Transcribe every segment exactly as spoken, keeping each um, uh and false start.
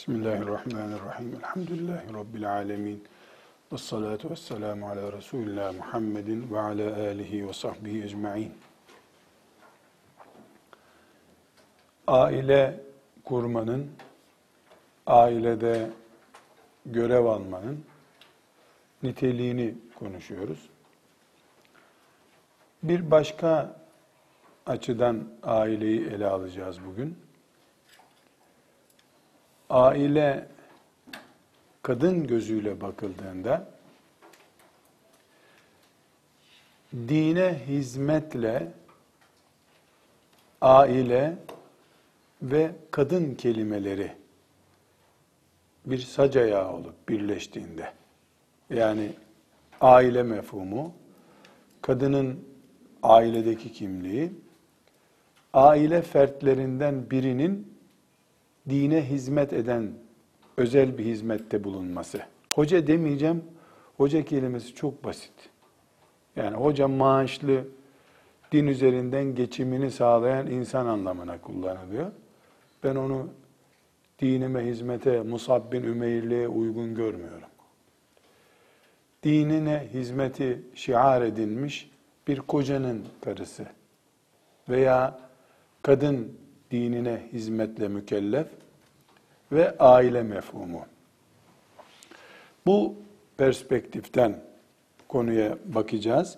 Bismillahirrahmanirrahim. Elhamdülillahi Rabbil alemin. Vessalatu vesselamu ala Resulillah Muhammedin ve ala alihi ve sahbihi ecma'in. Aile kurmanın, ailede görev almanın niteliğini konuşuyoruz. Bir başka açıdan aileyi ele alacağız bugün. Aile kadın gözüyle bakıldığında dine hizmetle aile ve kadın kelimeleri bir sac ayağı olup birleştiğinde, yani aile mefhumu, kadının ailedeki kimliği, aile fertlerinden birinin dine hizmet eden özel bir hizmette bulunması. Hoca demeyeceğim, hoca kelimesi çok basit. Yani hoca maaşlı, din üzerinden geçimini sağlayan insan anlamına kullanılıyor. Ben onu dinime hizmete, Musab bin Ümeyr'liğe uygun görmüyorum. Dinine hizmeti şiar edilmiş bir kocanın karısı veya kadın dinine hizmetle mükellef ve aile mefhumu. Bu perspektiften konuya bakacağız.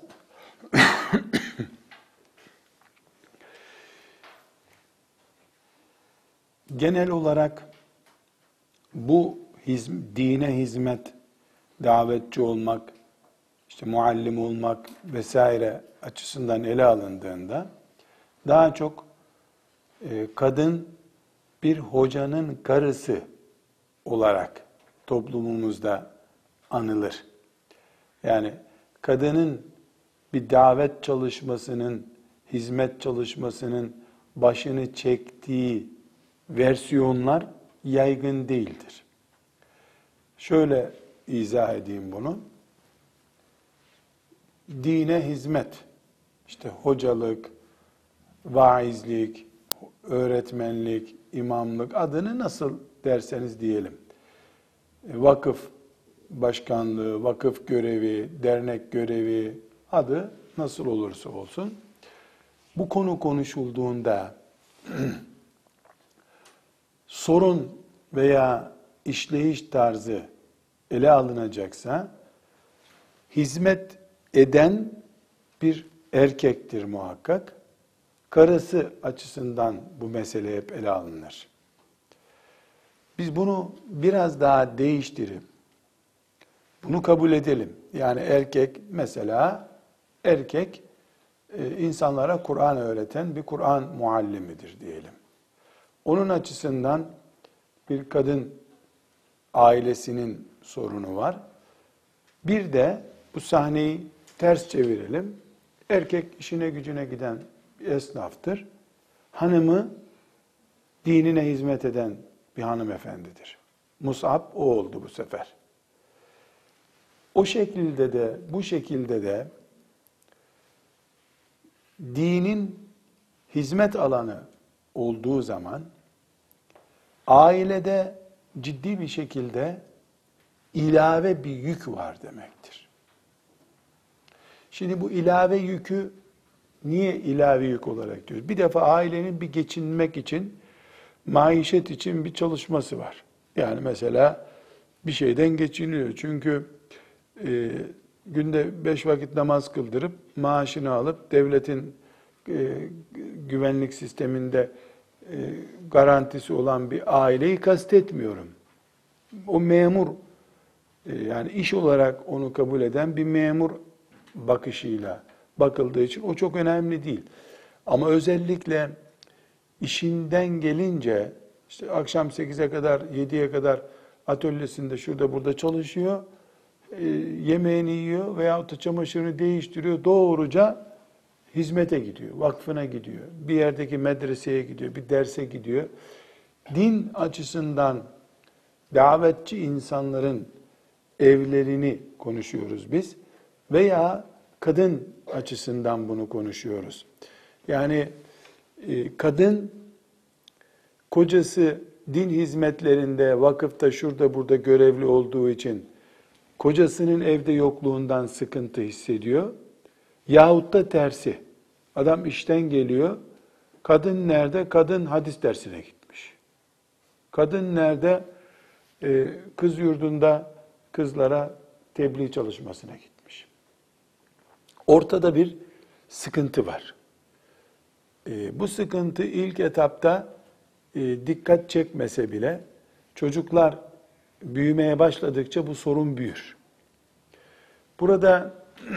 Genel olarak bu hizm, dine hizmet, davetçi olmak, işte muallim olmak vesaire açısından ele alındığında daha çok e, kadın bir hocanın karısı olarak toplumumuzda anılır. Yani kadının bir davet çalışmasının, hizmet çalışmasının başını çektiği versiyonlar yaygın değildir. Şöyle izah edeyim bunu. Dine hizmet, işte hocalık, vaizlik, öğretmenlik, imamlık, adını nasıl derseniz diyelim. Vakıf başkanlığı, vakıf görevi, dernek görevi, adı nasıl olursa olsun. Bu konu konuşulduğunda sorun veya işleyiş tarzı ele alınacaksa hizmet eden bir erkektir muhakkak. Karısı açısından bu mesele hep ele alınır. Biz bunu biraz daha değiştirip bunu kabul edelim. Yani erkek mesela erkek insanlara Kur'an öğreten bir Kur'an muallimidir diyelim. Onun açısından bir kadın ailesinin sorunu var. Bir de bu sahneyi ters çevirelim. Erkek işine gücüne giden bir esnaftır. Hanımı dinine hizmet eden bir hanımefendidir. Mus'ab o oldu bu sefer. O şekilde de, bu şekilde de dinin hizmet alanı olduğu zaman ailede ciddi bir şekilde ilave bir yük var demektir. Şimdi bu ilave yükü niye ilave yük olarak diyoruz? Bir defa ailenin bir geçinmek için, maişet için bir çalışması var. Yani mesela bir şeyden geçiniyor. Çünkü e, günde beş vakit namaz kıldırıp maaşını alıp devletin e, güvenlik sisteminde e, garantisi olan bir aileyi kastetmiyorum. O memur, e, yani iş olarak onu kabul eden bir memur bakışıyla bakıldığı için o çok önemli değil. Ama özellikle işinden gelince işte akşam sekize kadar, yediye kadar atölyesinde şurada burada çalışıyor, e, yemeğini yiyor veyahut da çamaşırını değiştiriyor, doğruca hizmete gidiyor, vakfına gidiyor, bir yerdeki medreseye gidiyor, bir derse gidiyor. Din açısından davetçi insanların evlerini konuşuyoruz biz veya kadın açısından bunu konuşuyoruz. Yani e, kadın kocası din hizmetlerinde, vakıfta, şurada burada görevli olduğu için kocasının evde yokluğundan sıkıntı hissediyor. Yahut da tersi. Adam işten geliyor. Kadın nerede? Kadın hadis dersine gitmiş. Kadın nerede? Ee, kız yurdunda kızlara tebliğ çalışmasına gitmiş. Ortada bir sıkıntı var. Ee, bu sıkıntı ilk etapta e, dikkat çekmese bile çocuklar büyümeye başladıkça bu sorun büyür. Burada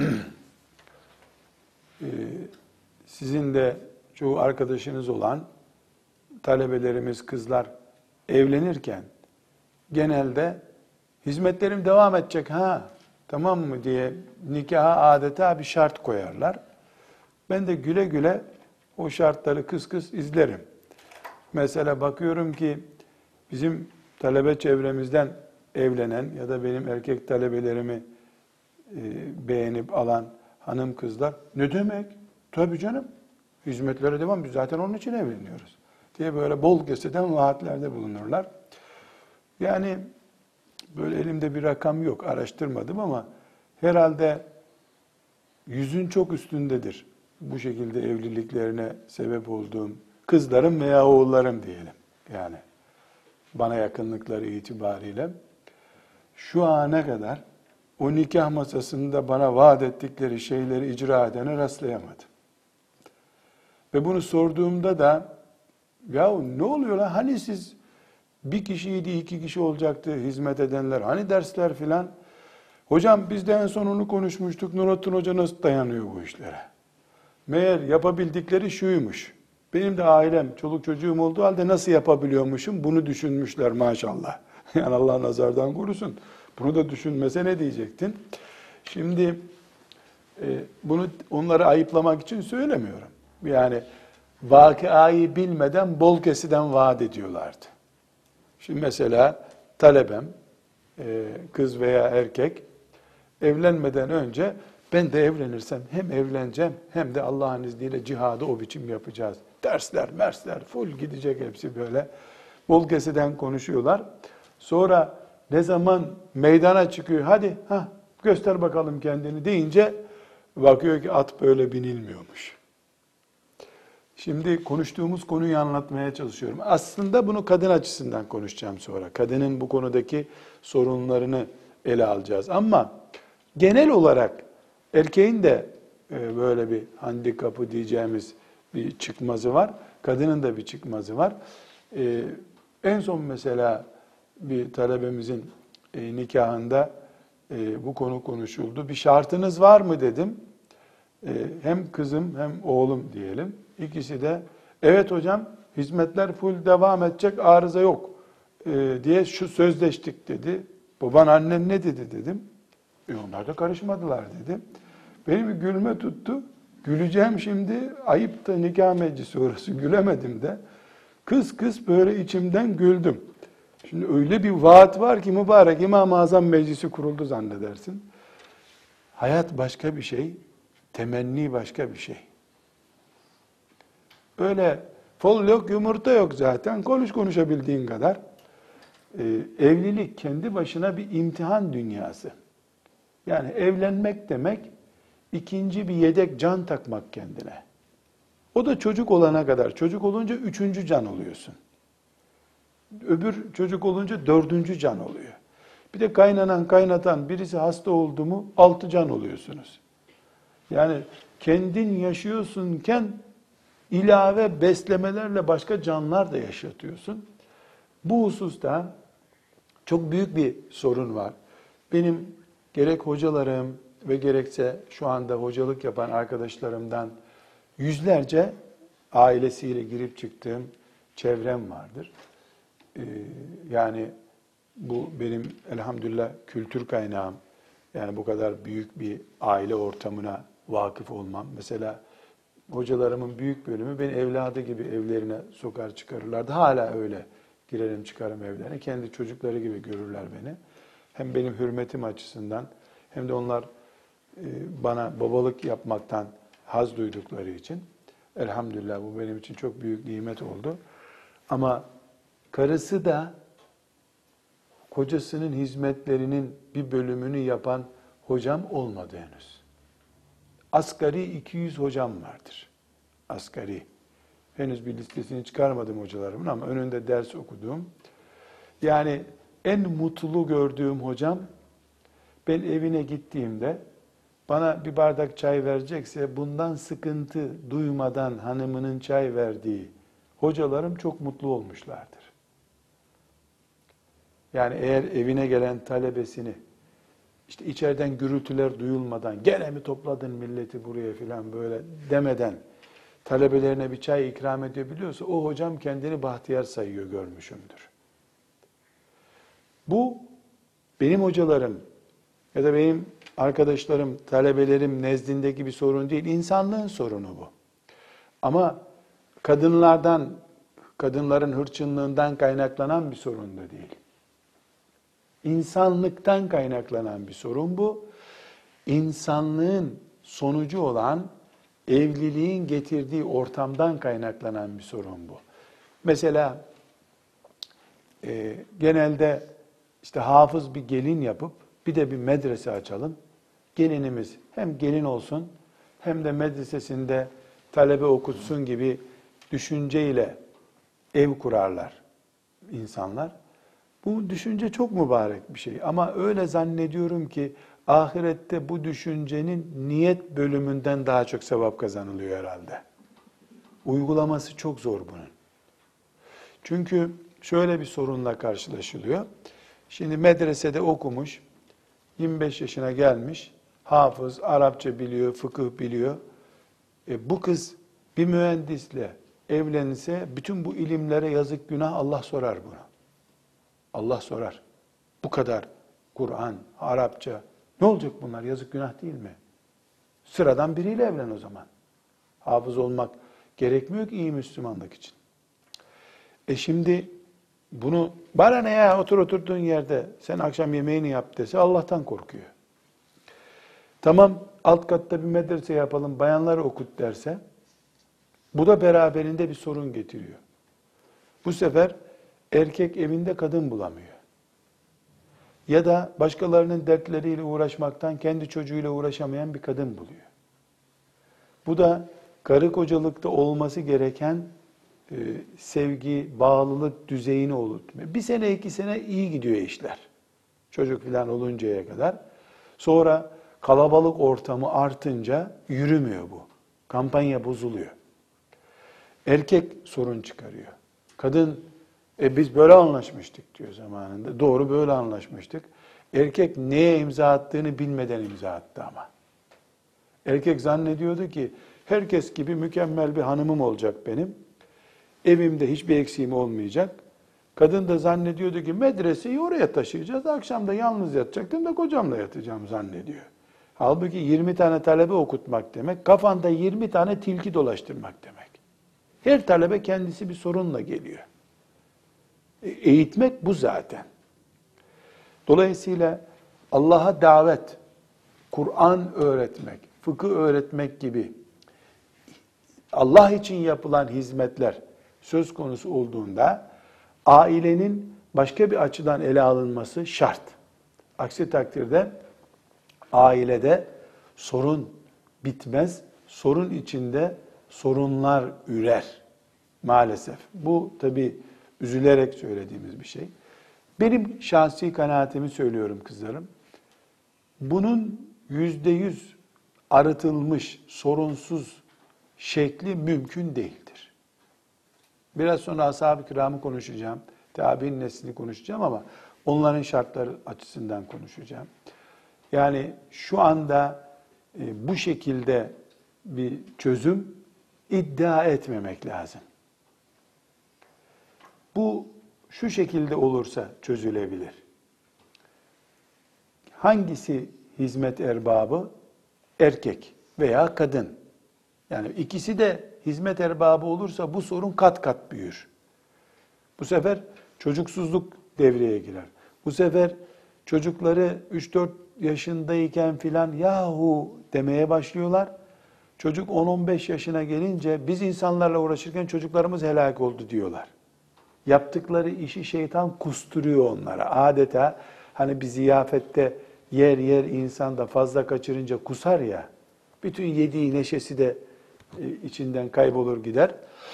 e, sizin de çoğu arkadaşınız olan talebelerimiz, kızlar evlenirken genelde hizmetlerim devam edecek ha tamam mı diye nikaha adeta bir şart koyarlar. Ben de güle güle o şartları kıs kıs izlerim. Mesela bakıyorum ki bizim talebe çevremizden evlenen ya da benim erkek talebelerimi e, beğenip alan hanım kızlar ne demek? Tabii canım. Hizmetlere devam. Biz zaten onun için evleniyoruz diye böyle bol keseden vaatlerde bulunurlar. Yani böyle elimde bir rakam yok. Araştırmadım ama herhalde yüzün çok üstündedir. Bu şekilde evliliklerine sebep olduğum kızlarım veya oğullarım diyelim. Yani bana yakınlıkları itibariyle şu ana kadar o nikah masasında bana vaat ettikleri şeyleri icra edene rastlayamadım. Ve bunu sorduğumda da ya ne oluyor lan? Hani siz bir kişiydi, iki kişi olacaktı hizmet edenler. Hani dersler filan? Hocam biz de en son onu konuşmuştuk. Nurattin Hoca nasıl dayanıyor bu işlere? Meğer yapabildikleri şuymuş. Benim de ailem, çoluk çocuğum olduğu halde nasıl yapabiliyormuşum? Bunu düşünmüşler maşallah. Yani Allah nazardan korusun. Bunu da düşünmese ne diyecektin? Şimdi e, bunu onları ayıplamak için söylemiyorum. Yani vakıayı bilmeden bol kesiden vaat ediyorlardı. Şimdi mesela talebem, e, kız veya erkek evlenmeden önce ben de evlenirsem hem evleneceğim hem de Allah'ın izniyle cihadı o biçim yapacağız. Dersler, mersler, full gidecek hepsi böyle. Bol keseden konuşuyorlar. Sonra ne zaman meydana çıkıyor, hadi ha göster bakalım kendini deyince bakıyor ki at böyle binilmiyormuş. Şimdi konuştuğumuz konuyu anlatmaya çalışıyorum. Aslında bunu kadın açısından konuşacağım sonra. Kadının bu konudaki sorunlarını ele alacağız. Ama genel olarak erkeğin de böyle bir handikapı diyeceğimiz bir çıkmazı var. Kadının da bir çıkmazı var. En son mesela bir talebemizin nikahında bu konu konuşuldu. Bir şartınız var mı dedim. Hem kızım hem oğlum diyelim. İkisi de evet hocam hizmetler full devam edecek, arıza yok diye şu sözleştik dedi. Baban annen ne dedi dedim. E onlar da karışmadılar dedi. Benim bir gülme tuttu. Güleceğim şimdi. Ayıp da nikah meclisi orası. Gülemedim de. Kıs kıs böyle içimden güldüm. Şimdi öyle bir vaat var ki mübarek İmam-ı Azam meclisi kuruldu zannedersin. Hayat başka bir şey. Temenni başka bir şey. Öyle fol yok, yumurta yok zaten. Konuş konuşabildiğin kadar. Ee, evlilik kendi başına bir imtihan dünyası. Yani evlenmek demek ikinci bir yedek can takmak kendine. O da çocuk olana kadar. Çocuk olunca üçüncü can oluyorsun. Öbür çocuk olunca dördüncü can oluyor. Bir de kaynanan kaynatan birisi hasta oldu mu altı can oluyorsunuz. Yani kendin yaşıyorsunken ilave beslemelerle başka canlar da yaşatıyorsun. Bu hususta çok büyük bir sorun var. Benim gerek hocalarım ve gerekse şu anda hocalık yapan arkadaşlarımdan yüzlerce ailesiyle girip çıktığım çevrem vardır. Ee, yani bu benim elhamdülillah kültür kaynağım. Yani bu kadar büyük bir aile ortamına vakıf olmam. Mesela hocalarımın büyük bölümü beni evladı gibi evlerine sokar çıkarırlardı. Hala öyle girerim çıkarım evlerine. Kendi çocukları gibi görürler beni. Hem benim hürmetim açısından hem de onlar bana babalık yapmaktan haz duydukları için elhamdülillah bu benim için çok büyük nimet oldu. Ama Karısı da kocasının hizmetlerinin bir bölümünü yapan hocam olmadı henüz. Asgari iki yüz hocam vardır. Asgari. Henüz bir listesini çıkarmadım hocalarımın ama önünde ders okuduğum. Yani en mutlu gördüğüm hocam, ben evine gittiğimde bana bir bardak çay verecekse bundan sıkıntı duymadan hanımının çay verdiği hocalarım çok mutlu olmuşlardır. Yani eğer evine gelen talebesini işte içeriden gürültüler duyulmadan gene mi topladın milleti buraya filan böyle demeden talebelerine bir çay ikram edebiliyorsa o hocam kendini bahtiyar sayıyor, görmüşümdür. Bu benim hocalarım ya da benim arkadaşlarım, talebelerim nezdindeki bir sorun değil, insanlığın sorunu bu. Ama kadınlardan, kadınların hırçınlığından kaynaklanan bir sorun da değil. İnsanlıktan kaynaklanan bir sorun bu. İnsanlığın sonucu olan evliliğin getirdiği ortamdan kaynaklanan bir sorun bu. Mesela e, genelde işte hafız bir gelin yapıp bir de bir medrese açalım. Gelinimiz hem gelin olsun hem de medresesinde talebe okutsun gibi düşünceyle ev kurarlar insanlar. Bu düşünce çok mübarek bir şey ama öyle zannediyorum ki ahirette bu düşüncenin niyet bölümünden daha çok sevap kazanılıyor herhalde. Uygulaması çok zor bunun. Çünkü şöyle bir sorunla karşılaşılıyor. Şimdi medresede okumuş, yirmi beş yaşına gelmiş, hafız, Arapça biliyor, fıkıh biliyor. E bu kız bir mühendisle evlenirse bütün bu ilimlere yazık günah Allah sorar bunu. Allah sorar. Bu kadar Kur'an, Arapça, ne olacak bunlar? Yazık günah değil mi? Sıradan biriyle evlen o zaman. Hafız olmak gerekmiyor ki iyi Müslümanlık için. E şimdi bunu bana ne ya otur oturduğun yerde sen akşam yemeğini yap dese Allah'tan korkuyor. Tamam alt katta bir medrese yapalım bayanları okut derse bu da beraberinde bir sorun getiriyor. Bu sefer erkek evinde kadın bulamıyor. Ya da başkalarının dertleriyle uğraşmaktan kendi çocuğuyla uğraşamayan bir kadın buluyor. Bu da karı kocalıkta olması gereken e, sevgi, bağlılık düzeyini oluşturuyor. Bir sene iki sene iyi gidiyor işler. Çocuk falan oluncaya kadar. Sonra kalabalık ortamı artınca yürümüyor bu. Kampanya bozuluyor. Erkek sorun çıkarıyor. Kadın E biz böyle anlaşmıştık diyor zamanında. Doğru böyle anlaşmıştık. Erkek neye imza attığını bilmeden imza attı ama. Erkek zannediyordu ki herkes gibi mükemmel bir hanımım olacak benim. Evimde hiçbir eksiğim olmayacak. Kadın da zannediyordu ki medreseyi oraya taşıyacağız. Akşam da yalnız yatacaktım da kocamla yatacağım zannediyor. Halbuki yirmi tane talebe okutmak demek, kafanda yirmi tane tilki dolaştırmak demek. Her talebe kendisi bir sorunla geliyor. Eğitmek bu zaten. Dolayısıyla Allah'a davet, Kur'an öğretmek, fıkıh öğretmek gibi Allah için yapılan hizmetler söz konusu olduğunda ailenin başka bir açıdan ele alınması şart. Aksi takdirde ailede sorun bitmez, sorun içinde sorunlar ürer maalesef. Bu tabii üzülerek söylediğimiz bir şey. Benim şahsi kanaatimi söylüyorum kızlarım. Bunun yüzde yüz arıtılmış, sorunsuz şekli mümkün değildir. Biraz sonra ashab-ı kiramı konuşacağım, tabi'in neslini konuşacağım ama onların şartları açısından konuşacağım. Yani şu anda e, bu şekilde bir çözüm iddia etmemek lazım. Bu şu şekilde olursa çözülebilir. Hangisi hizmet erbabı? Erkek veya kadın. Yani ikisi de hizmet erbabı olursa bu sorun kat kat büyür. Bu sefer çocuksuzluk devreye girer. Bu sefer çocukları üç dört yaşındayken filan yahu demeye başlıyorlar. Çocuk on on beş yaşına gelince biz insanlarla uğraşırken çocuklarımız helak oldu diyorlar. Yaptıkları işi şeytan kusturuyor onlara. Adeta hani bir ziyafette yer yer insan da fazla kaçırınca kusar ya, bütün yediği neşesi de e, içinden kaybolur gider.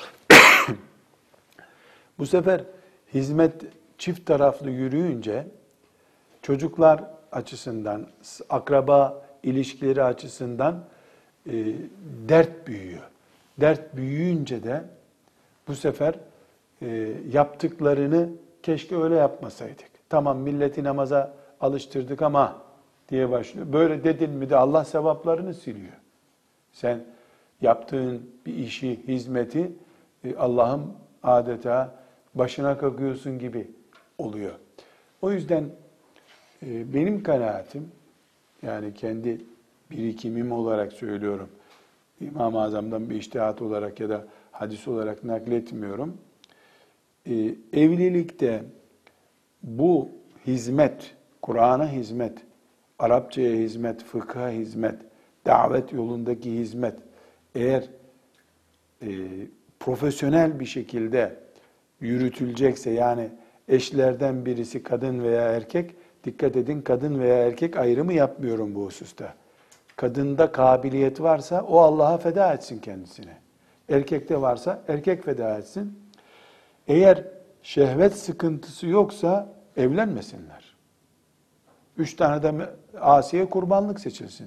Bu sefer hizmet çift taraflı yürüyünce çocuklar açısından, akraba ilişkileri açısından e, dert büyüyor. Dert büyüyünce de bu sefer e, yaptıklarını keşke öyle yapmasaydık. Tamam milleti namaza alıştırdık ama diye başlıyor. Böyle dedin mi de Allah sevaplarını siliyor. Sen yaptığın bir işi, hizmeti e, Allah'ın adeta başına kakıyorsun gibi oluyor. O yüzden e, benim kanaatim, yani kendi birikimim olarak söylüyorum, İmam-ı Azam'dan bir içtihat olarak ya da hadis olarak nakletmiyorum. Ee, evlilikte bu hizmet, Kur'an'a hizmet, Arapçaya hizmet, fıkha hizmet, davet yolundaki hizmet eğer e, profesyonel bir şekilde yürütülecekse, yani eşlerden birisi kadın veya erkek, dikkat edin, kadın veya erkek ayrımı yapmıyorum bu hususta. Kadında kabiliyet varsa o Allah'a feda etsin kendisini. Erkekte varsa erkek feda etsin. Eğer şehvet sıkıntısı yoksa evlenmesinler. Üç tane de Asiye kurbanlık seçilsin.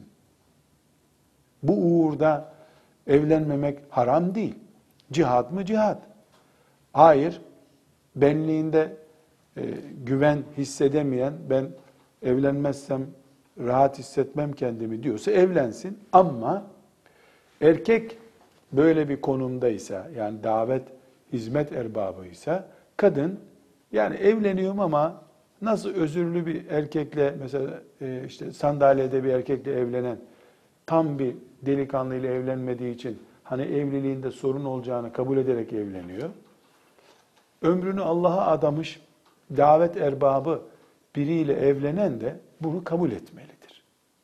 Bu uğurda evlenmemek haram değil. Cihad mı cihad? Hayır, benliğinde e, güven hissedemeyen, ben evlenmezsem rahat hissetmem kendimi diyorsa evlensin. Ama erkek böyle bir konumdaysa, yani davet, hizmet erbabıysa, kadın yani evleniyorum ama nasıl özürlü bir erkekle, mesela e, işte sandalyede bir erkekle evlenen, tam bir delikanlıyla evlenmediği için hani evliliğinde sorun olacağını kabul ederek evleniyor. Ömrünü Allah'a adamış davet erbabı biriyle evlenen de bunu kabul etmelidir.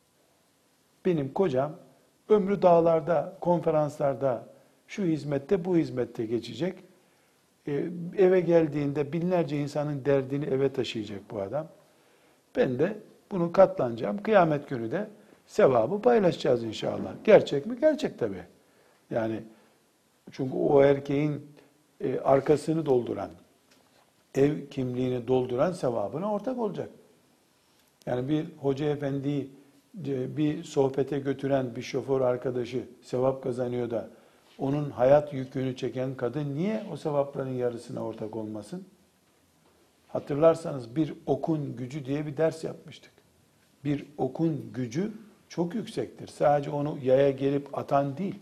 Benim kocam ömrü dağlarda, konferanslarda, şu hizmette, bu hizmette geçecek. Ee, eve geldiğinde binlerce insanın derdini eve taşıyacak bu adam. Ben de bunu katlanacağım. Kıyamet günü de sevabı paylaşacağız inşallah. Gerçek mi? Gerçek tabii. Yani çünkü o erkeğin e, arkasını dolduran, ev kimliğini dolduran sevabına ortak olacak. Yani bir hoca efendiyi bir sohbete götüren bir şoför arkadaşı sevap kazanıyor da onun hayat yükünü çeken kadın niye o sevapların yarısına ortak olmasın? Hatırlarsanız bir okun gücü diye bir ders yapmıştık. Bir okun gücü çok yüksektir. Sadece onu yaya gelip atan değil.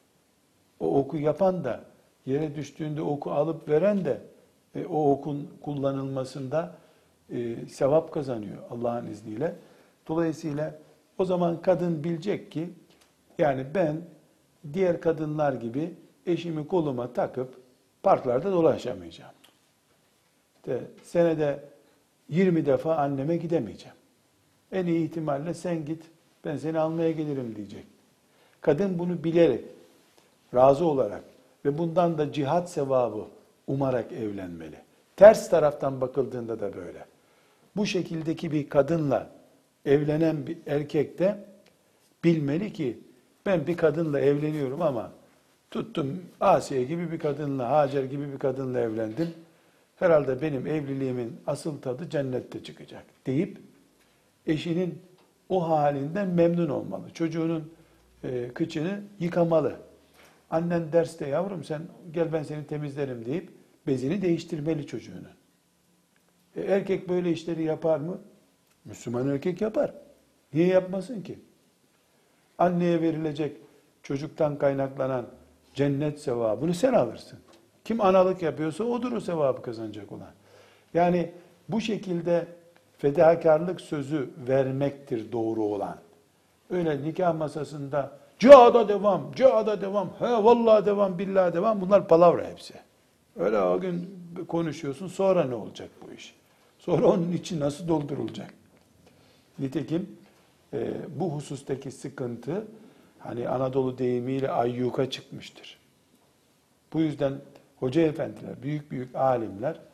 O oku yapan da, yere düştüğünde oku alıp veren de e, o okun kullanılmasında e, sevap kazanıyor Allah'ın izniyle. Dolayısıyla o zaman kadın bilecek ki, yani ben diğer kadınlar gibi eşimi koluma takıp parklarda dolaşamayacağım. İşte senede yirmi defa anneme gidemeyeceğim. En iyi ihtimalle sen git, ben seni almaya gelirim diyecek. Kadın bunu bilerek, razı olarak ve bundan da cihat sevabı umarak evlenmeli. Ters taraftan bakıldığında da böyle. Bu şekildeki bir kadınla evlenen bir erkek de bilmeli ki ben bir kadınla evleniyorum ama tuttum Asiye gibi bir kadınla, Hacer gibi bir kadınla evlendim. Herhalde benim evliliğimin asıl tadı cennette çıkacak deyip eşinin o halinden memnun olmalı. Çocuğunun e, kıçını yıkamalı. Annen derste yavrum sen gel ben seni temizlerim deyip bezini değiştirmeli çocuğunu. E, erkek böyle işleri yapar mı? Müslüman erkek yapar. Niye yapmasın ki? Anneye verilecek çocuktan kaynaklanan cennet sevabını sen alırsın. Kim analık yapıyorsa odur o sevabı kazanacak olan. Yani bu şekilde fedakarlık sözü vermektir doğru olan. Öyle nikah masasında cihada devam, cihada devam, he vallahi devam, billahi devam, bunlar palavra hepsi. Öyle o gün konuşuyorsun, sonra ne olacak bu iş? Sonra onun içi nasıl doldurulacak? Nitekim e, bu husustaki sıkıntı hani Anadolu deyimiyle ayyuka çıkmıştır. Bu yüzden hoca efendiler, büyük büyük alimler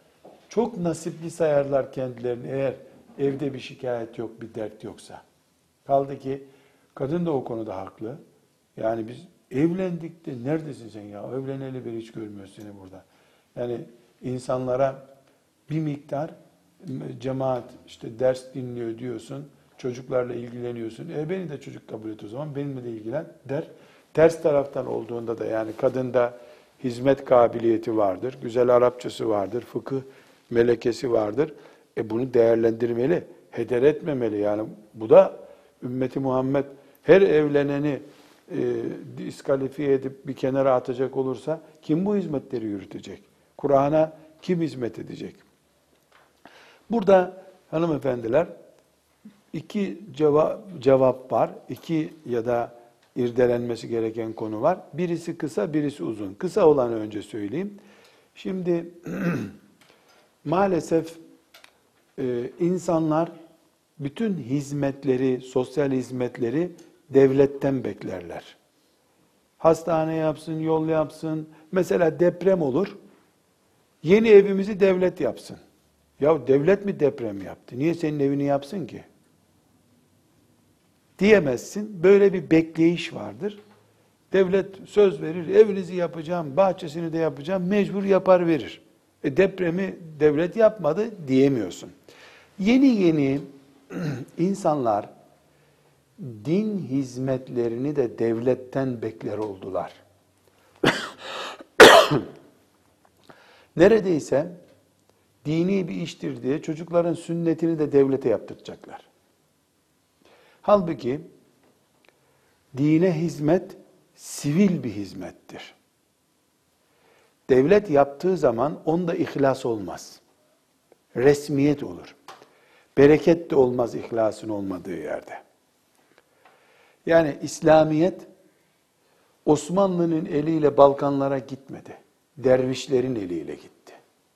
Çok nasipli sayarlar kendilerini eğer evde bir şikayet yok, bir dert yoksa. Kaldı ki kadın da o konuda haklı. Yani biz evlendik de neredesin sen ya? Evleneli beri hiç görmüyoruz seni burada. Yani insanlara bir miktar cemaat işte ders dinliyor diyorsun, çocuklarla ilgileniyorsun. E beni de çocuk kabul et o zaman, benimle de ilgilen der. Ters taraftan olduğunda da yani kadında hizmet kabiliyeti vardır, güzel Arapçası vardır, fıkıh melekesi vardır. E bunu değerlendirmeli, heder etmemeli. Yani bu da ümmeti Muhammed her evleneni e, diskalifiye edip bir kenara atacak olursa kim bu hizmetleri yürütecek? Kur'an'a kim hizmet edecek? Burada hanımefendiler iki cevap, cevap var. İki ya da irdelenmesi gereken konu var. Birisi kısa, birisi uzun. Kısa olanı önce söyleyeyim. Şimdi maalesef e, insanlar bütün hizmetleri, sosyal hizmetleri devletten beklerler. Hastane yapsın, yol yapsın. Mesela deprem olur. Yeni evimizi devlet yapsın. Ya devlet mi deprem yaptı? Niye senin evini yapsın ki? Diyemezsin. Böyle bir bekleyiş vardır. Devlet söz verir, evinizi yapacağım, bahçesini de yapacağım, mecbur yapar verir. E depremi devlet yapmadı diyemiyorsun. Yeni yeni insanlar din hizmetlerini de devletten bekler oldular. Neredeyse dini bir iştir diye çocukların sünnetini de devlete yaptıracaklar. Halbuki dine hizmet sivil bir hizmettir. Devlet yaptığı zaman onda ihlas olmaz. Resmiyet olur. Bereket de olmaz ihlasın olmadığı yerde. Yani İslamiyet Osmanlı'nın eliyle Balkanlara gitmedi. Dervişlerin eliyle gitti.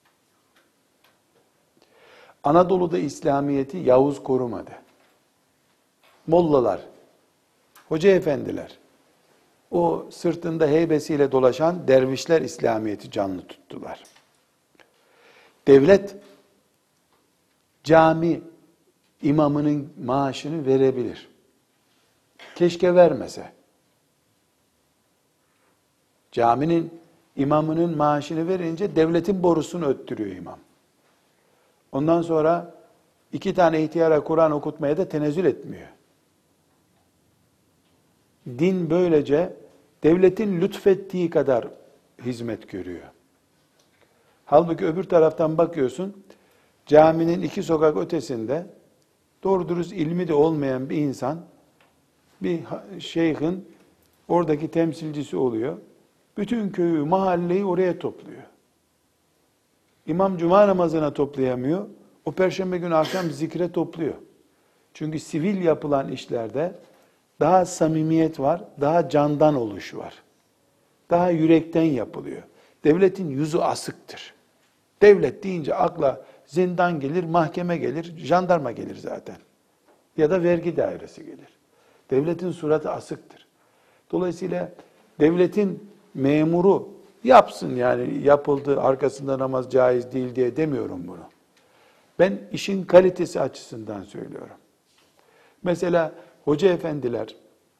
Anadolu'da İslamiyet'i Yavuz korumadı. Mollalar, hoca efendiler, o sırtında heybesiyle dolaşan dervişler İslamiyet'i canlı tuttular. Devlet, cami imamının maaşını verebilir. Keşke vermese. Caminin imamının maaşını verince devletin borusunu öttürüyor imam. Ondan sonra iki tane ihtiyara Kur'an okutmaya da tenezzül etmiyor. Din böylece devletin lütfettiği kadar hizmet görüyor. Halbuki öbür taraftan bakıyorsun, caminin iki sokak ötesinde doğru dürüst ilmi de olmayan bir insan, bir şeyhin oradaki temsilcisi oluyor. Bütün köyü, mahalleyi oraya topluyor. İmam cuma namazına toplayamıyor. O perşembe günü akşam zikre topluyor. Çünkü sivil yapılan işlerde daha samimiyet var, daha candan oluş var. Daha yürekten yapılıyor. Devletin yüzü asıktır. Devlet deyince akla zindan gelir, mahkeme gelir, jandarma gelir zaten. Ya da vergi dairesi gelir. Devletin suratı asıktır. Dolayısıyla devletin memuru yapsın, yani yapıldı, arkasında namaz caiz değil diye demiyorum bunu. Ben işin kalitesi açısından söylüyorum. Mesela hoca efendiler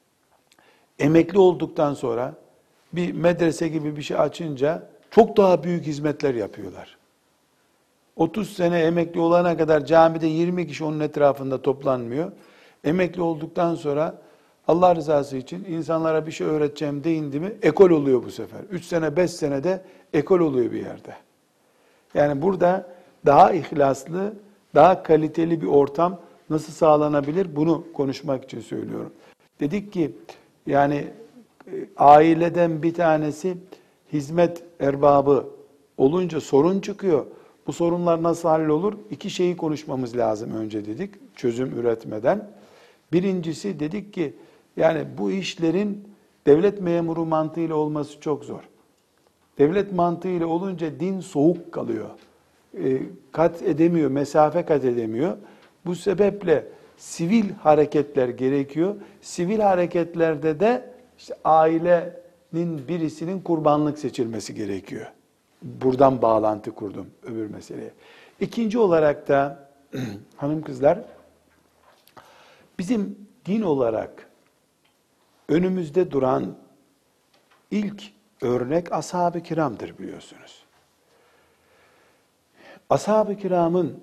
emekli olduktan sonra bir medrese gibi bir şey açınca çok daha büyük hizmetler yapıyorlar. otuz sene emekli olana kadar camide yirmi kişi onun etrafında toplanmıyor. Emekli olduktan sonra Allah rızası için insanlara bir şey öğreteceğim deyindi mi ekol oluyor bu sefer. üç sene beş senede ekol oluyor bir yerde. Yani burada daha ihlaslı, daha kaliteli bir ortam nasıl sağlanabilir? Bunu konuşmak için söylüyorum. Dedik ki yani aileden bir tanesi hizmet erbabı olunca sorun çıkıyor. Bu sorunlar nasıl hallolur? İki şeyi konuşmamız lazım önce dedik, çözüm üretmeden. Birincisi dedik ki, yani bu işlerin devlet memuru mantığıyla olması çok zor. Devlet mantığıyla olunca din soğuk kalıyor. E, kat edemiyor, mesafe kat edemiyor. Bu sebeple sivil hareketler gerekiyor. Sivil hareketlerde de işte ailenin birisinin kurbanlık seçilmesi gerekiyor. Buradan bağlantı kurdum öbür meseleye. İkinci olarak da hanım kızlar, bizim din olarak önümüzde duran ilk örnek ashab-ı kiramdır biliyorsunuz. Ashab-ı kiramın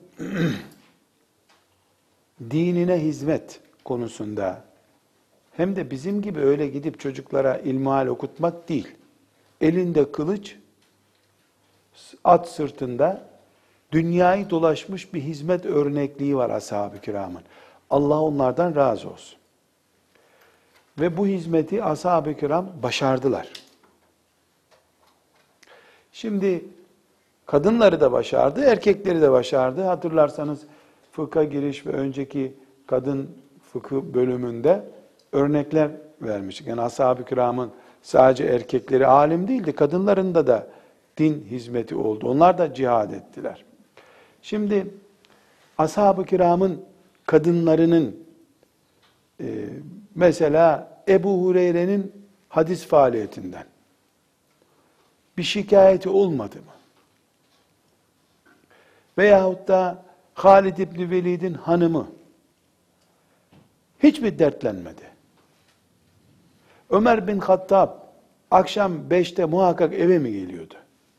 dinine hizmet konusunda hem de bizim gibi öyle gidip çocuklara ilmihal okutmak değil, elinde kılıç, at sırtında dünyayı dolaşmış bir hizmet örnekliği var ashab-ı kiramın. Allah onlardan razı olsun. Ve bu hizmeti ashab-ı kiram başardılar. Şimdi kadınları da başardı, erkekleri de başardı. Hatırlarsanız fıkha giriş ve önceki kadın fıkıh bölümünde örnekler vermiştik. Yani ashab-ı kiramın sadece erkekleri alim değildi, kadınlarında da din hizmeti oldu. Onlar da cihad ettiler. Şimdi ashab-ı kiramın kadınlarının e, mesela Ebu Hureyre'nin hadis faaliyetinden bir şikayeti olmadı mı? Veyahut da Halid İbni Velid'in hanımı hiçbir dertlenmedi. Ömer bin Hattab akşam beşte muhakkak eve mi geliyordu?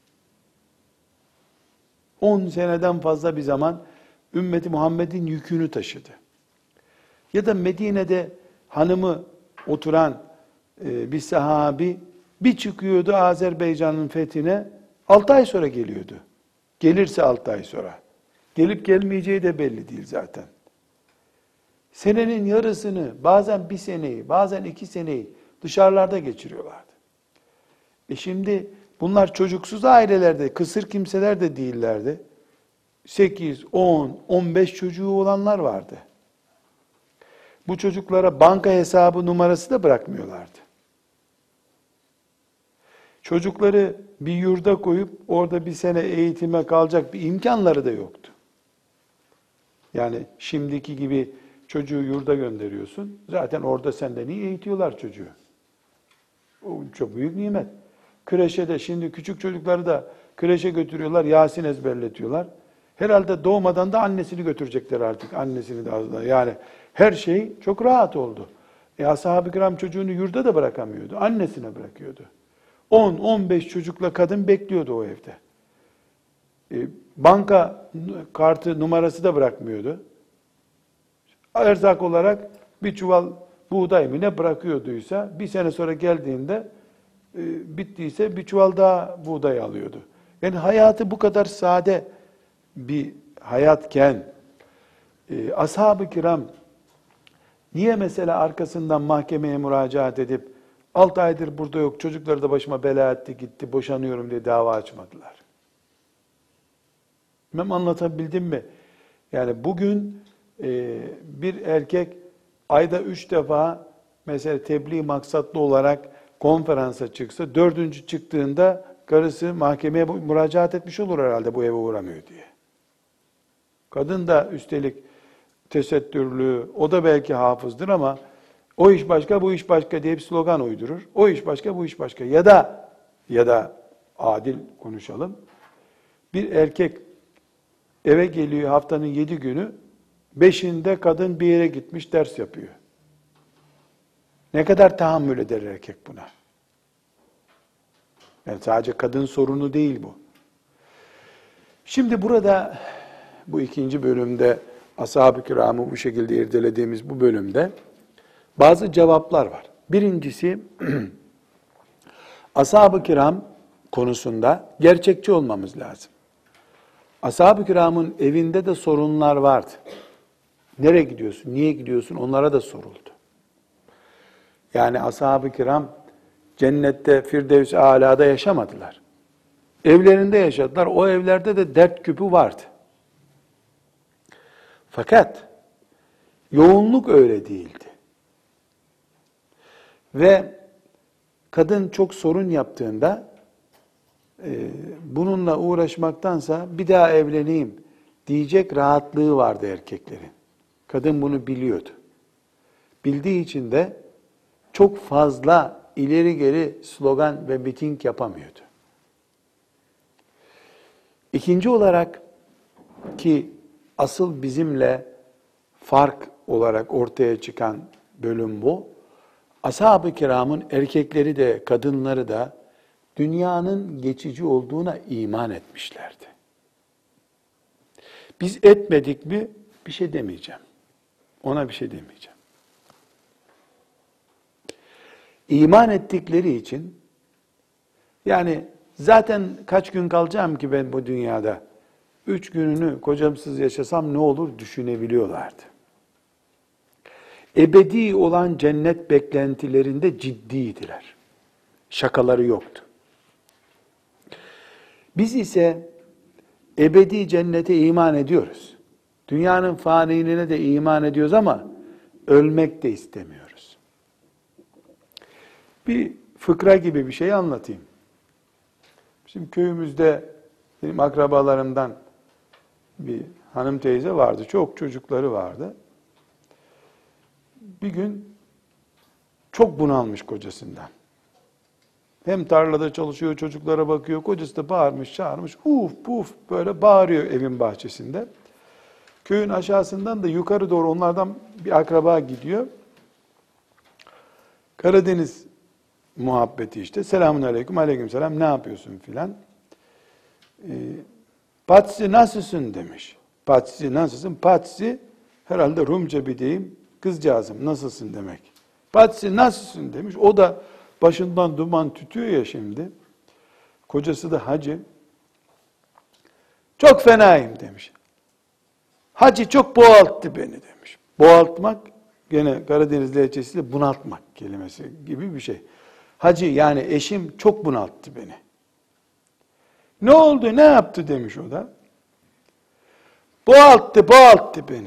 On seneden fazla bir zaman ümmeti Muhammed'in yükünü taşıdı. Ya da Medine'de hanımı oturan e, bir sahabi bir çıkıyordu Azerbaycan'ın fethine, altı ay sonra geliyordu. Gelirse altı ay sonra. Gelip gelmeyeceği de belli değil zaten. Senenin yarısını, bazen bir seneyi, bazen iki seneyi dışarılarda geçiriyorlardı. E şimdi bunlar çocuksuz ailelerde, kısır kimseler de değillerdi. sekiz, on, on beş çocuğu olanlar vardı. Bu çocuklara banka hesabı numarası da bırakmıyorlardı. Çocukları bir yurda koyup orada bir sene eğitime kalacak bir imkanları da yoktu. Yani şimdiki gibi çocuğu yurda gönderiyorsun. Zaten orada senden iyi eğitiyorlar çocuğu. O çok büyük nimet. Kreşe de şimdi küçük çocukları da kreşe götürüyorlar, Yasin ezberletiyorlar. Herhalde doğmadan da annesini götürecekler artık. Annesini de az da. Yani her şey çok rahat oldu. E ashab-ı kiram çocuğunu yurda da bırakamıyordu. Annesine bırakıyordu. on on beş çocukla kadın bekliyordu o evde. E, banka kartı numarası da bırakmıyordu. Erzak olarak bir çuval buğday mı ne bırakıyorduysa bir sene sonra geldiğinde e, bittiyse bir çuval daha buğday alıyordu. Yani hayatı bu kadar sade bir hayatken e, ashab-ı kiram niye mesela arkasından mahkemeye müracaat edip altı aydır burada yok, çocukları da başıma bela etti gitti, boşanıyorum diye dava açmadılar? Ben anlatabildim mi? Yani bugün e, bir erkek ayda üç defa mesela tebliğ maksatlı olarak konferansa çıksa, dördüncü çıktığında karısı mahkemeye müracaat etmiş olur herhalde bu eve uğramıyor diye. Kadın da üstelik tesettürlü, o da belki hafızdır ama o iş başka, bu iş başka diye bir slogan uydurur. O iş başka, bu iş başka. Ya da ya da adil konuşalım. Bir erkek eve geliyor haftanın yedi günü, beşinde kadın bir yere gitmiş ders yapıyor. Ne kadar tahammül eder erkek buna? Yani sadece kadın sorunu değil bu. Şimdi burada bu ikinci bölümde ashab-ı kiramı bu şekilde irdelediğimiz bu bölümde bazı cevaplar var. Birincisi ashab-ı kiram konusunda gerçekçi olmamız lazım. Ashab-ı kiramın evinde de sorunlar vardı. Nereye gidiyorsun, niye gidiyorsun onlara da soruldu. Yani ashab-ı kiram cennette Firdevs-i Alâ'da yaşamadılar. Evlerinde yaşadılar. O evlerde de dert küpü vardı. Fakat yoğunluk öyle değildi. Ve kadın çok sorun yaptığında e, bununla uğraşmaktansa bir daha evleneyim diyecek rahatlığı vardı erkeklerin. Kadın bunu biliyordu. Bildiği için de çok fazla ileri geri slogan ve miting yapamıyordu. İkinci olarak ki asıl bizimle fark olarak ortaya çıkan bölüm bu. Ashab-ı kiramın erkekleri de kadınları da dünyanın geçici olduğuna iman etmişlerdi. Biz etmedik mi bir şey demeyeceğim. Ona bir şey demeyeceğim. İman ettikleri için, yani zaten kaç gün kalacağım ki ben bu dünyada, üç gününü kocamsız yaşasam ne olur düşünebiliyorlardı. Ebedi olan cennet beklentilerinde ciddiydiler. Şakaları yoktu. Biz ise ebedi cennete iman ediyoruz. Dünyanın faniliğine de iman ediyoruz ama ölmek de istemiyoruz. Bir fıkra gibi bir şey anlatayım. Bizim köyümüzde benim akrabalarımdan bir hanım teyze vardı. Çok çocukları vardı. Bir gün çok bunalmış kocasından. Hem tarlada çalışıyor, çocuklara bakıyor. Kocası da bağırmış, çağırmış. Uf puf böyle bağırıyor evin bahçesinde. Köyün aşağısından da yukarı doğru onlardan bir akraba gidiyor. Karadeniz muhabbeti işte. Selamun aleyküm, aleyküm selam. Ne yapıyorsun filan. E, Patsi nasılsın demiş. Patsi nasılsın? Patsi herhalde Rumca bir deyim. Kızcağızım nasılsın demek. Patsi nasılsın demiş. O da başından duman tütüyor ya şimdi. Kocası da hacı. Çok fenayım demiş. Hacı çok boğalttı beni demiş. Boğaltmak gene Karadeniz lehçesiyle bunaltmak kelimesi gibi bir şey. Hacı yani eşim çok bunalttı beni. Ne oldu, ne yaptı demiş o da. Boğalttı, boğalttı beni.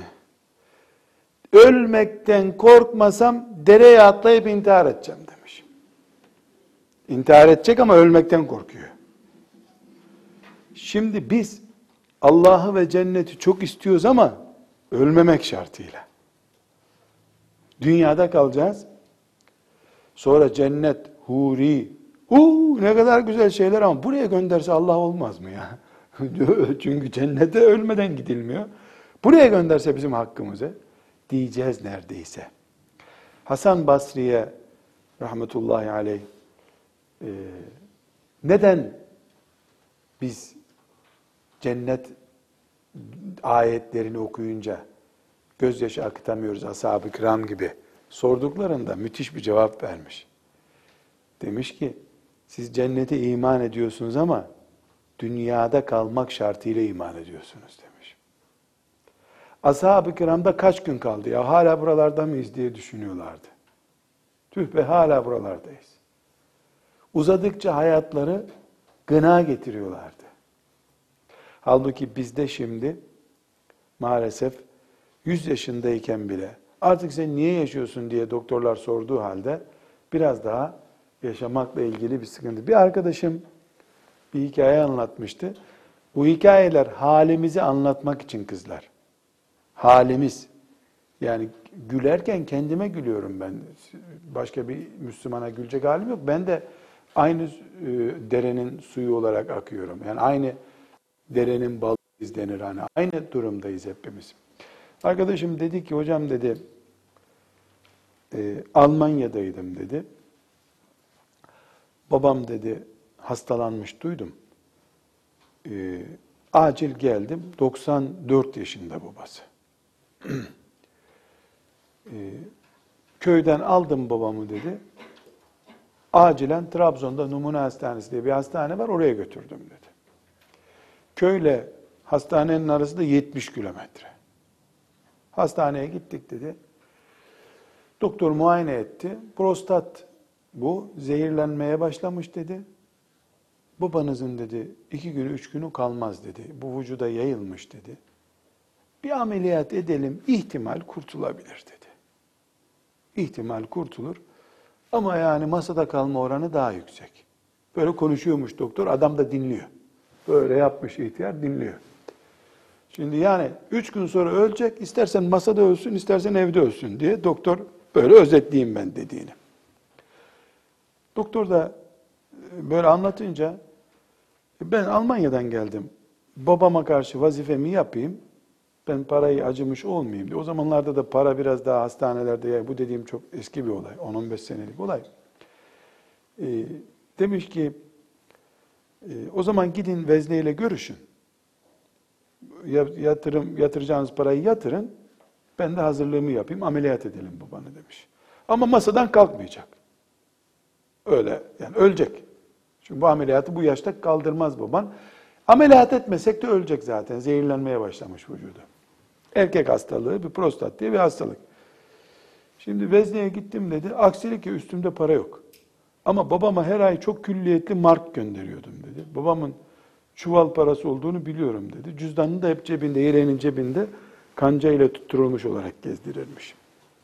Ölmekten korkmasam dereye atlayıp intihar edeceğim demiş. İntihar edecek ama ölmekten korkuyor. Şimdi biz Allah'ı ve cenneti çok istiyoruz ama ölmemek şartıyla. Dünyada kalacağız. Sonra cennet, huri, uuu ne kadar güzel şeyler ama buraya gönderse Allah olmaz mı ya? Çünkü cennete ölmeden gidilmiyor. Buraya gönderse bizim hakkımızı diyeceğiz neredeyse. Hasan Basri'ye rahmetullahi aleyh e, neden biz cennet ayetlerini okuyunca gözyaşı akıtamıyoruz ashab-ı kiram gibi sorduklarında müthiş bir cevap vermiş. Demiş ki siz cennete iman ediyorsunuz ama dünyada kalmak şartıyla iman ediyorsunuz demiş. Ashab-ı kiramda kaç gün kaldı ya hala buralarda mıyız diye düşünüyorlardı. Tüh be hala buralardayız. Uzadıkça hayatları gına getiriyorlardı. Halbuki bizde şimdi maalesef yüz yaşındayken bile artık sen niye yaşıyorsun diye doktorlar sorduğu halde biraz daha yaşamakla ilgili bir sıkıntı. Bir arkadaşım bir hikaye anlatmıştı. Bu hikayeler halimizi anlatmak için kızlar. Halimiz. Yani gülerken kendime gülüyorum ben. Başka bir Müslümana gülecek halim yok. Ben de aynı e, derenin suyu olarak akıyorum. Yani aynı derenin balıyız denir hani. Aynı durumdayız hepimiz. Arkadaşım dedi ki hocam dedi e, Almanya'daydım dedi. Babam dedi hastalanmış duydum. E, acil geldim. doksan dört yaşında babası. e, köyden aldım babamı dedi. Acilen Trabzon'da Numune Hastanesi diye bir hastane var oraya götürdüm dedi. Köyle hastanenin arası da yetmiş kilometre. Hastaneye gittik dedi. Doktor muayene etti. Prostat bu. Zehirlenmeye başlamış dedi. Babanızın dedi iki günü üç günü kalmaz dedi. Bu vücuda yayılmış dedi. Bir ameliyat edelim ihtimal kurtulabilir dedi. İhtimal kurtulur. Ama yani masada kalma oranı daha yüksek. Böyle konuşuyormuş doktor. Adam da dinliyor. Böyle yapmış ihtiyar dinliyor. Şimdi yani üç gün sonra ölecek, istersen masada ölsün, istersen evde ölsün diye doktor böyle özetleyeyim ben dediğini. Doktor da böyle anlatınca ben Almanya'dan geldim. babama karşı vazifemi yapayım, ben parayı acımış olmayayım diye. O zamanlarda da para biraz daha hastanelerde, yani bu dediğim çok eski bir olay, on on beş senelik olay. Ee, demiş ki, e, o zaman gidin vezneyle görüşün. Yatırım, yatıracağınız parayı yatırın, ben de hazırlığımı yapayım, ameliyat edelim babanı demiş. Ama masadan kalkmayacak. Öyle, yani ölecek. Çünkü bu ameliyatı bu yaşta kaldırmaz baban. Ameliyat etmesek de ölecek zaten, zehirlenmeye başlamış vücudu. Erkek hastalığı, bir prostat diye bir hastalık. Şimdi vezneye gittim dedi. Aksilik ki üstümde para yok. Ama babama her ay çok külliyetli mark gönderiyordum dedi. Babamın çuval parası olduğunu biliyorum dedi. Cüzdanını da hep cebinde, yeleğinin cebinde kanca ile tutturulmuş olarak gezdirirmiş.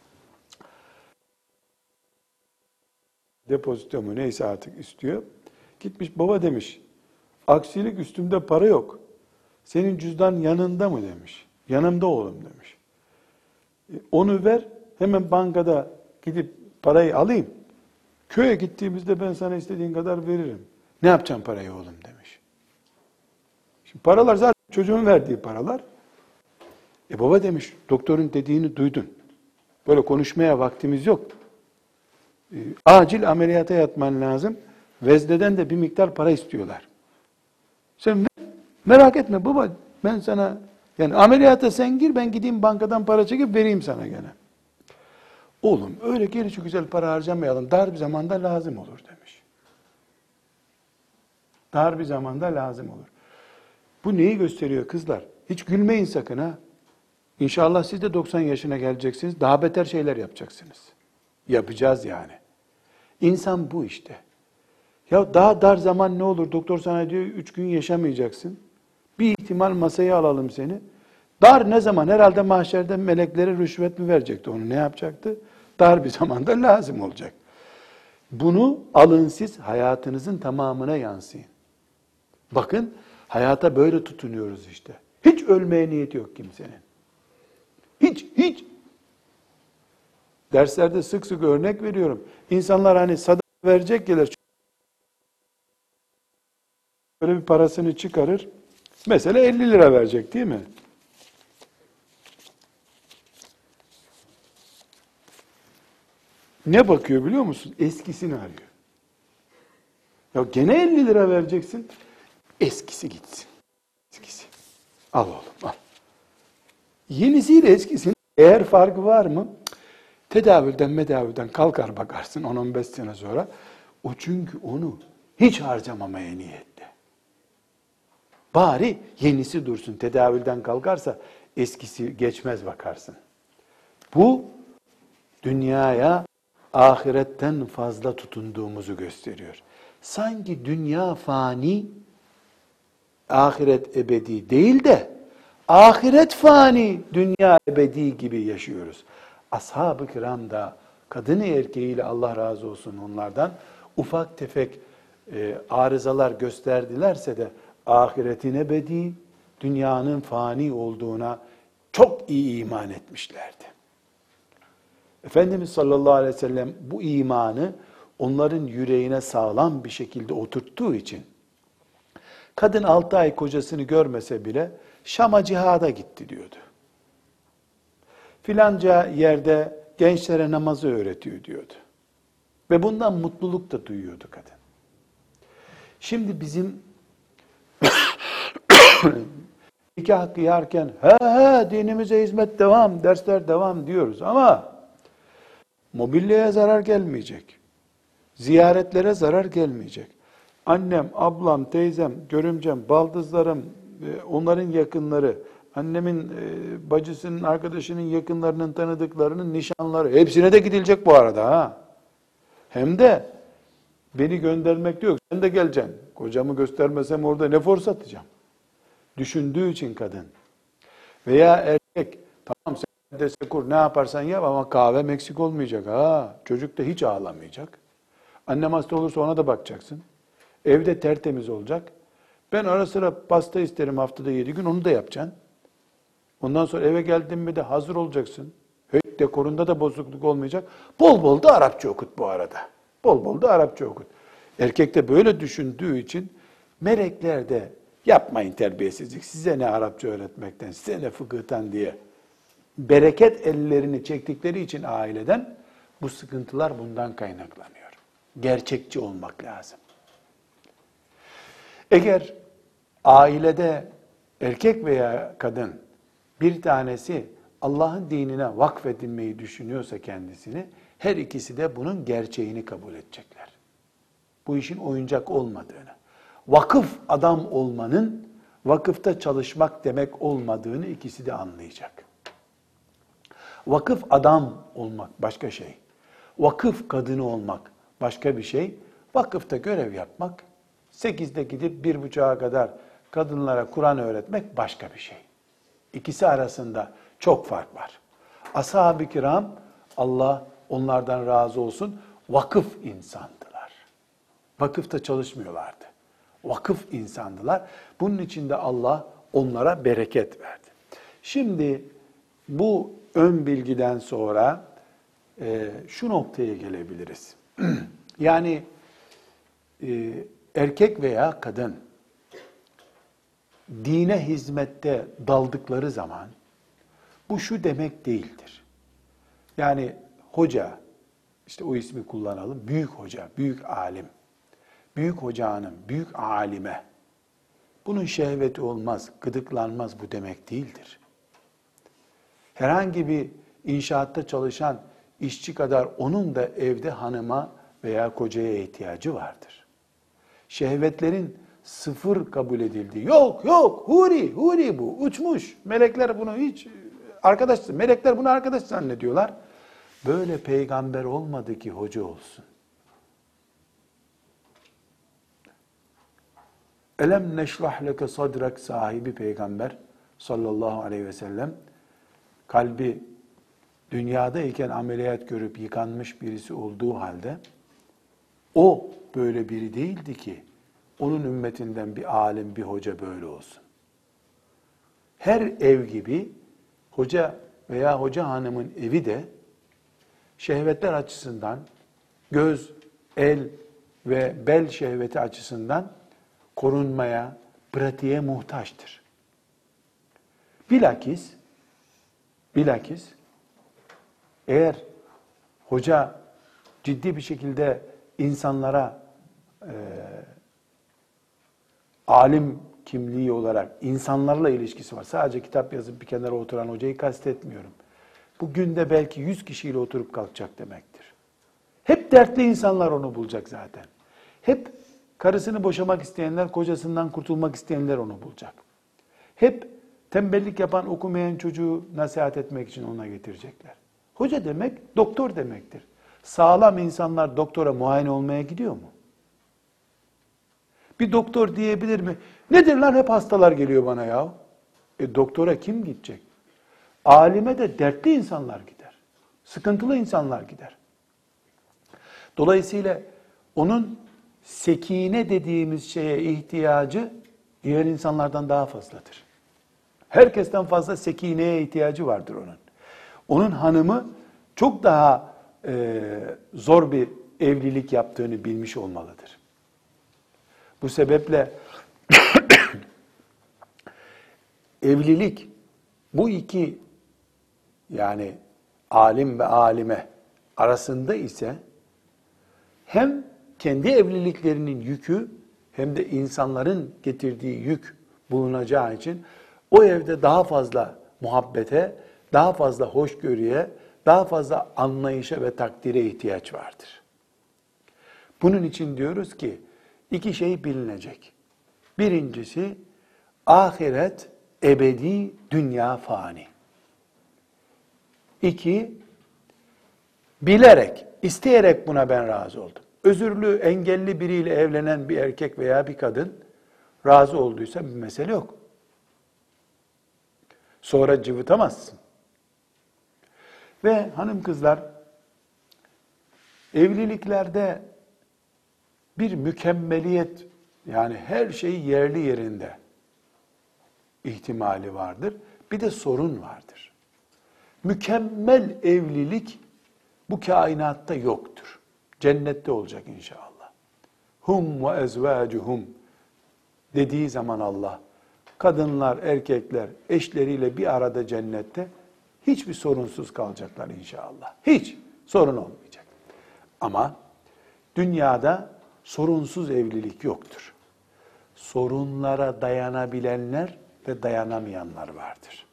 Depozito mu neyse artık istiyor. Gitmiş baba demiş. Aksilik üstümde para yok. Senin cüzdan yanında mı demiş. Yanımda oğlum demiş. E, onu ver, hemen bankada gidip parayı alayım. Köye gittiğimizde ben sana istediğin kadar veririm. Ne yapacağım parayı oğlum demiş. Şimdi paralar zaten çocuğun verdiği paralar. E baba demiş, doktorun dediğini duydun. Böyle konuşmaya vaktimiz yok. E, acil ameliyata yatman lazım. Vezneden de bir miktar para istiyorlar. Sen merak etme baba, ben sana, yani ameliyata sen gir, ben gideyim bankadan para çekip vereyim sana gene. Oğlum öyle gelişi güzel para harcamayalım, dar bir zamanda lazım olur demiş. Dar bir zamanda lazım olur. Bu neyi gösteriyor kızlar? Hiç gülmeyin sakın ha. İnşallah siz de doksan yaşına geleceksiniz, daha beter şeyler yapacaksınız. Yapacağız yani. İnsan bu işte. Ya daha dar zaman ne olur? Doktor sana diyor üç gün yaşamayacaksın. Bir ihtimal masaya alalım seni. Dar ne zaman? Herhalde mahşerde meleklere rüşvet mi verecekti onu? Ne yapacaktı? Dar bir zamanda lazım olacak. Bunu alın siz, hayatınızın tamamına yansıyın. Bakın, hayata böyle tutunuyoruz işte. Hiç ölmeye niyeti yok kimsenin. Hiç, hiç. Derslerde sık sık örnek veriyorum. İnsanlar hani sadaka verecek gelir. Böyle bir parasını çıkarır. Mesela elli lira verecek değil mi? Ne bakıyor biliyor musun? Eskisini arıyor. Ya gene elli lira vereceksin. Eskisi gitsin. Eskisi. Al oğlum al. Yenisiyle eskisinin eğer farkı var mı? Tedavülden medavülden kalkar bakarsın on on beş sene sonra. O çünkü onu hiç harcamamaya niyetli. Bari yenisi dursun. Tedavülden kalkarsa eskisi geçmez bakarsın. Bu dünyaya ahiretten fazla tutunduğumuzu gösteriyor. Sanki dünya fani, ahiret ebedi değil de ahiret fani, dünya ebedi gibi yaşıyoruz. Ashab-ı kiram da kadını erkeğiyle Allah razı olsun onlardan ufak tefek e, arızalar gösterdilerse de ahiretin ebedi, dünyanın fani olduğuna çok iyi iman etmişlerdi. Efendimiz sallallahu aleyhi ve sellem bu imanı onların yüreğine sağlam bir şekilde oturttuğu için kadın altı ay kocasını görmese bile Şam'a cihada gitti diyordu. Filanca yerde gençlere namazı öğretiyor diyordu. Ve bundan mutluluk da duyuyordu kadın. Şimdi bizim nikah kıyarken he he dinimize hizmet devam, dersler devam diyoruz ama mobilyaya zarar gelmeyecek. Ziyaretlere zarar gelmeyecek. Annem, ablam, teyzem, görümcem, baldızlarım, onların yakınları, annemin bacısının, arkadaşının yakınlarının tanıdıklarının nişanları, hepsine de gidilecek bu arada ha. Hem de beni göndermek de yok. Sen de geleceksin. Kocamı göstermesem orada ne for satacağım? Düşündüğü için kadın. Veya erkek, tamam sen de sekur ne yaparsan yap ama kahvem eksik olmayacak ha. Çocuk da hiç ağlamayacak. Annem hasta olursa ona da bakacaksın. Evde tertemiz olacak. Ben ara sıra pasta isterim haftada yedi gün, onu da yapacaksın. Ondan sonra eve geldin mi de hazır olacaksın. Höyt dekorunda da bozukluk olmayacak. Bol bol da Arapça okut bu arada. Bol bol da Arapça okut. Erkek de böyle düşündüğü için melekler de Yapmayın terbiyesizlik. Size ne Arapça öğretmekten, size ne fıkıhtan diye. Bereket ellerini çektikleri için aileden bu sıkıntılar bundan kaynaklanıyor. Gerçekçi olmak lazım. Eğer ailede erkek veya kadın bir tanesi Allah'ın dinine vakfedilmeyi düşünüyorsa kendisini, her ikisi de bunun gerçeğini kabul edecekler. Bu işin oyuncak olmadığını, vakıf adam olmanın vakıfta çalışmak demek olmadığını ikisi de anlayacak. Vakıf adam olmak başka şey. Vakıf kadını olmak başka bir şey. Vakıfta görev yapmak, sekizde gidip bir buçuğa kadar kadınlara Kur'an öğretmek başka bir şey. İkisi arasında çok fark var. Ashab-ı kiram, Allah onlardan razı olsun, vakıf insandılar. Vakıfta çalışmıyorlardı. Vakıf insandılar. Bunun için de Allah onlara bereket verdi. Şimdi bu ön bilgiden sonra e, şu noktaya gelebiliriz. Yani e, erkek veya kadın dine hizmette daldıkları zaman bu şu demek değildir. Yani hoca, işte o ismi kullanalım, büyük hoca, büyük alim, büyük hoca hanım, büyük alime, bunun şehveti olmaz, gıdıklanmaz bu demek değildir. Herhangi bir inşaatta çalışan işçi kadar onun da evde hanıma veya kocaya ihtiyacı vardır. Şehvetlerin sıfır kabul edildiği, yok yok huri, huri bu, uçmuş. Melekler bunu hiç, arkadaş, melekler bunu arkadaş zannediyorlar. Böyle peygamber olmadı ki hoca olsun. Elem neşrah leke sadrak sahibi peygamber sallallahu aleyhi ve sellem, kalbi dünyadayken ameliyat görüp yıkanmış birisi olduğu halde, o böyle biri değildi ki, onun ümmetinden bir alim, bir hoca böyle olsun. Her ev gibi hoca veya hoca hanımın evi de şehvetler açısından, göz, el ve bel şehveti açısından korunmaya, pratiğe muhtaçtır. Bilakis, bilakis eğer hoca ciddi bir şekilde insanlara e, alim kimliği olarak insanlarla ilişkisi var. Sadece kitap yazıp bir kenara oturan hocayı kastetmiyorum. Bu günde belki yüz kişiyle oturup kalkacak demektir. Hep dertli insanlar onu bulacak zaten. Hep karısını boşamak isteyenler, kocasından kurtulmak isteyenler onu bulacak. Hep tembellik yapan, okumayan çocuğu nasihat etmek için ona getirecekler. Hoca demek, doktor demektir. Sağlam insanlar doktora muayene olmaya gidiyor mu? Bir doktor diyebilir mi? Nedir lan, hep hastalar geliyor bana ya. E doktora kim gidecek? Alime de dertli insanlar gider. Sıkıntılı insanlar gider. Dolayısıyla onun sekine dediğimiz şeye ihtiyacı diğer insanlardan daha fazladır. Herkesten fazla sekineye ihtiyacı vardır onun. Onun hanımı çok daha e, zor bir evlilik yaptığını bilmiş olmalıdır. Bu sebeple evlilik bu iki, yani alim ve alime arasında ise hem kendi evliliklerinin yükü hem de insanların getirdiği yük bulunacağı için o evde daha fazla muhabbete, daha fazla hoşgörüye, daha fazla anlayışa ve takdire ihtiyaç vardır. Bunun için diyoruz ki iki şey bilinecek. Birincisi ahiret ebedi, dünya fani. İki, bilerek, isteyerek buna ben razı oldum. Özürlü, engelli biriyle evlenen bir erkek veya bir kadın razı olduysa bir mesele yok. Sonra cıvıtamazsın. Ve hanım kızlar, evliliklerde bir mükemmeliyet, yani her şey yerli yerinde ihtimali vardır. Bir de sorun vardır. Mükemmel evlilik bu kainatta yoktur. Cennette olacak inşallah. Hum ve ezvacuhum. dediği zaman Allah, kadınlar, erkekler eşleriyle bir arada cennette hiçbir sorunsuz kalacaklar inşallah. Hiç sorun olmayacak. Ama dünyada sorunsuz evlilik yoktur. Sorunlara dayanabilenler ve dayanamayanlar vardır.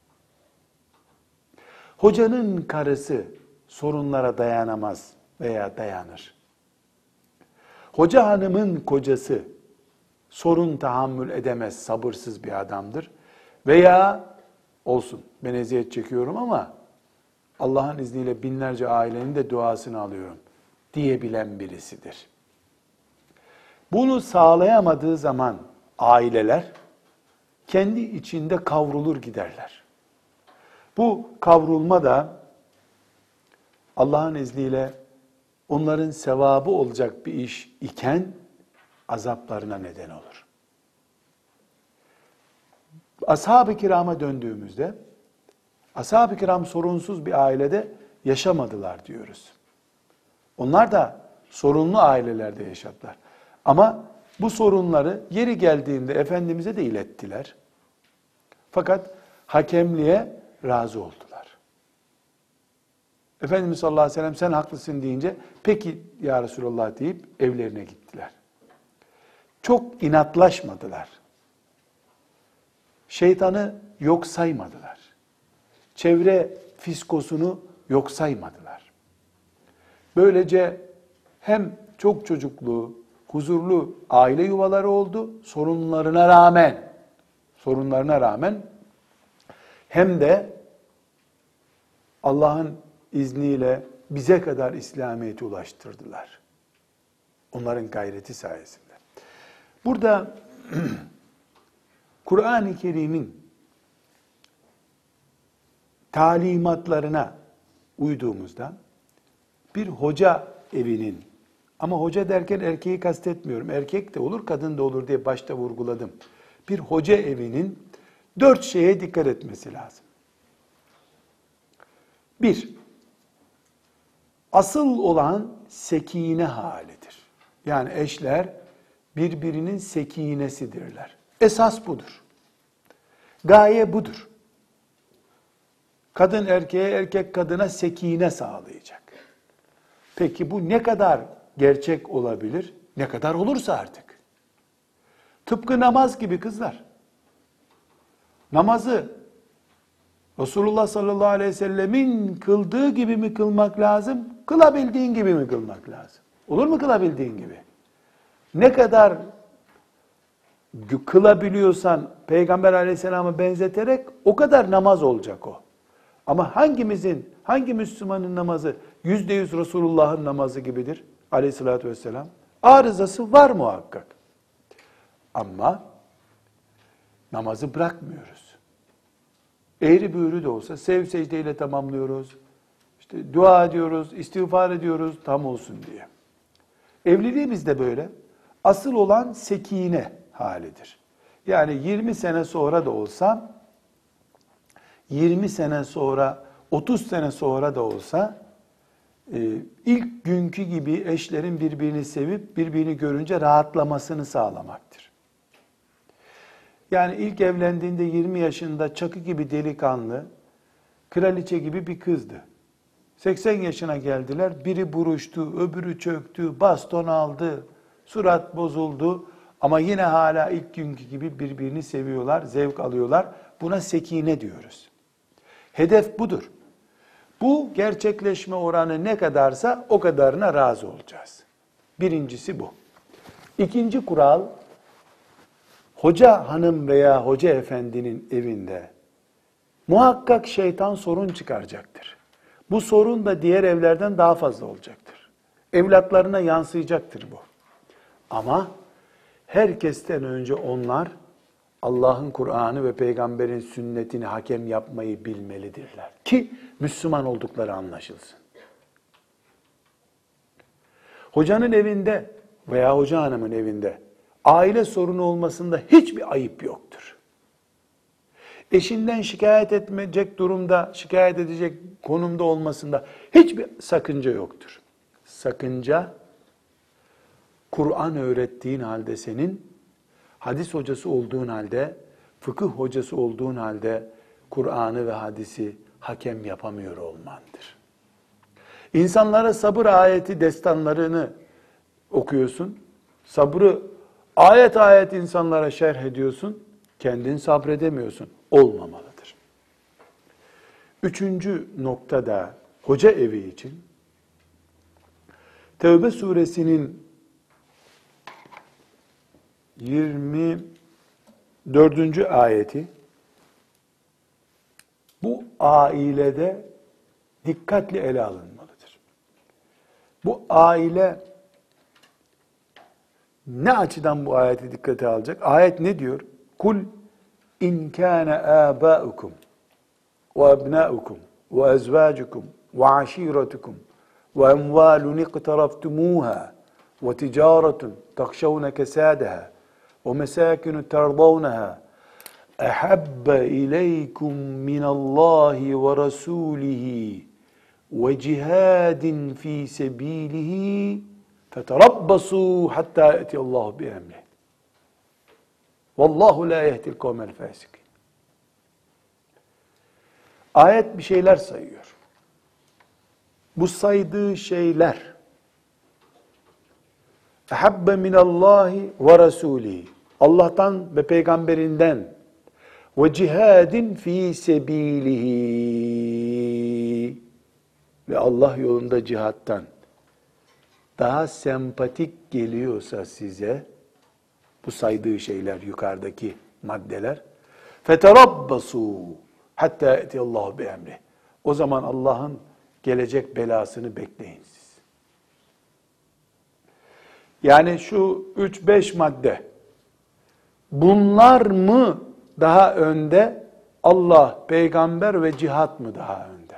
Hocanın karısı sorunlara dayanamaz veya dayanır. Hoca hanımın kocası sorun tahammül edemez, sabırsız bir adamdır. Veya olsun ben eziyet çekiyorum ama Allah'ın izniyle binlerce ailenin de duasını alıyorum diyebilen birisidir. Bunu sağlayamadığı zaman aileler kendi içinde kavrulur giderler. Bu kavrulma da Allah'ın izniyle onların sevabı olacak bir iş iken azaplarına neden olur. Ashab-ı kirama döndüğümüzde, ashab-ı kiram sorunsuz bir ailede yaşamadılar diyoruz. Onlar da sorunlu ailelerde yaşadılar. Ama bu sorunları yeri geldiğinde Efendimiz'e de ilettiler. Fakat hakemliğe razı oldular. Efendimiz sallallahu aleyhi ve sellem sen haklısın deyince peki ya Resulallah deyip evlerine gittiler. Çok inatlaşmadılar. Şeytanı yok saymadılar. Çevre fiskosunu yok saymadılar. Böylece hem çok çocuklu, huzurlu aile yuvaları oldu, sorunlarına rağmen, sorunlarına rağmen hem de Allah'ın izniyle bize kadar İslamiyet'i ulaştırdılar. Onların gayreti sayesinde. Burada Kur'an-ı Kerim'in talimatlarına uyduğumuzda bir hoca evinin, ama hoca derken erkeği kastetmiyorum, erkek de olur, kadın da olur diye başta vurguladım. Bir hoca evinin dört şeye dikkat etmesi lazım. Bir, asıl olan sekine halidir. Yani eşler birbirinin sekinesidirler. Esas budur. Gaye budur. Kadın erkeğe, erkek kadına sekine sağlayacak. Peki bu ne kadar gerçek olabilir? Ne kadar olursa artık. Tıpkı namaz gibi kızlar. Namazı Resulullah sallallahu aleyhi ve sellemin kıldığı gibi mi kılmak lazım? Kılabildiğin gibi mi kılmak lazım? Olur mu kılabildiğin gibi? Ne kadar kılabiliyorsan Peygamber aleyhisselama benzeterek o kadar namaz olacak o. Ama hangimizin, hangi Müslümanın namazı yüzde yüz Resulullah'ın namazı gibidir aleyhissalatü vesselam? Arızası var muhakkak. Ama namazı bırakmıyoruz. Eğri büğrü de olsa sev secdeyle tamamlıyoruz. İşte dua ediyoruz, istiğfar ediyoruz tam olsun diye. Evliliğimiz de böyle. Asıl olan sekine halidir. Yani yirmi sene sonra da olsa, yirmi sene sonra, otuz sene sonra da olsa ilk günkü gibi eşlerin birbirini sevip birbirini görünce rahatlamasını sağlamaktır. Yani ilk evlendiğinde yirmi yaşında çakı gibi delikanlı, kraliçe gibi bir kızdı. seksen yaşına geldiler, biri buruştu, öbürü çöktü, baston aldı, surat bozuldu. Ama yine hala ilk günkü gibi birbirini seviyorlar, zevk alıyorlar. Buna sekine diyoruz. Hedef budur. Bu gerçekleşme oranı ne kadarsa o kadarına razı olacağız. Birincisi bu. İkinci kural, hoca hanım veya hoca efendinin evinde muhakkak şeytan sorun çıkaracaktır. Bu sorun da diğer evlerden daha fazla olacaktır. Evlatlarına yansıyacaktır bu. Ama herkesten önce onlar Allah'ın Kur'an'ı ve peygamberin sünnetini hakem yapmayı bilmelidirler. Ki Müslüman oldukları anlaşılsın. Hocanın evinde veya hoca hanımın evinde aile sorunu olmasında hiçbir ayıp yoktur. Eşinden şikayet etmeyecek durumda, şikayet edecek konumda olmasında hiçbir sakınca yoktur. Sakınca, Kur'an öğrettiğin halde senin Hadis hocası olduğun halde, fıkıh hocası olduğun halde Kur'an'ı ve hadisi hakem yapamıyor olmandır. İnsanlara sabır ayeti destanlarını okuyorsun. Sabrı ayet ayet insanlara şerh ediyorsun. Kendin sabredemiyorsun. Olmamalıdır. Üçüncü noktada hoca evi için Tevbe suresinin yirmi dördüncü ayeti bu ailede dikkatli ele alınmalıdır. Bu aile ne açıdan bu ayeti dikkate alacak? Ayet ne diyor? Kul in kana abaukum ve abnaukum ve ezvacukum ve aşiretukum ve emvalun iqtaraftumuha ve ticaretun takşawna kesadaha ve mesakinu terdawnaha ahabba ileykum minallahi ve rasulihi ve cihadin fi sebilihi feterabbasu hatta ya'tiyallahu bi emrih. Vallahu la yehdil kavmel fasikin. Ayet bir şeyler sayıyor. Bu saydığı şeyler ahabbe minallahi ve rasulihi, Allah'tan ve peygamberinden, ve cihadin fi sebilihi, ve Allah yolunda cihattan daha sempatik geliyorsa size bu saydığı şeyler, yukarıdaki maddeler, feterabbasu hatta etiyallahu bi emri. O zaman Allah'ın gelecek belasını bekleyin siz. Yani şu üç beş madde, bunlar mı daha önde, Allah, peygamber ve cihat mı daha önde?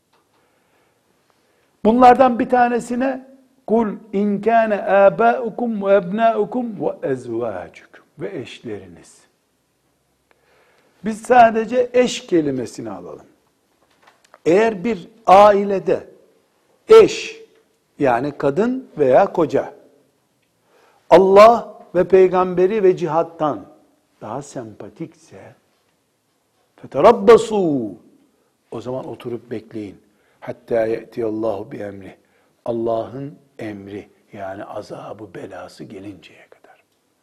Bunlardan bir tanesine kul in kana abaukum ve ebnaukum ve ezvacukum, ve eşleriniz. Biz sadece eş kelimesini alalım. Eğer bir ailede eş, yani kadın veya koca, Allah ve peygamberi ve cihattan daha sempatikse feterabbasu, o zaman oturup bekleyin. Hatta ye'tiyallahu bi emri, Allah'ın emri, yani azabı, belası gelinceye kadar.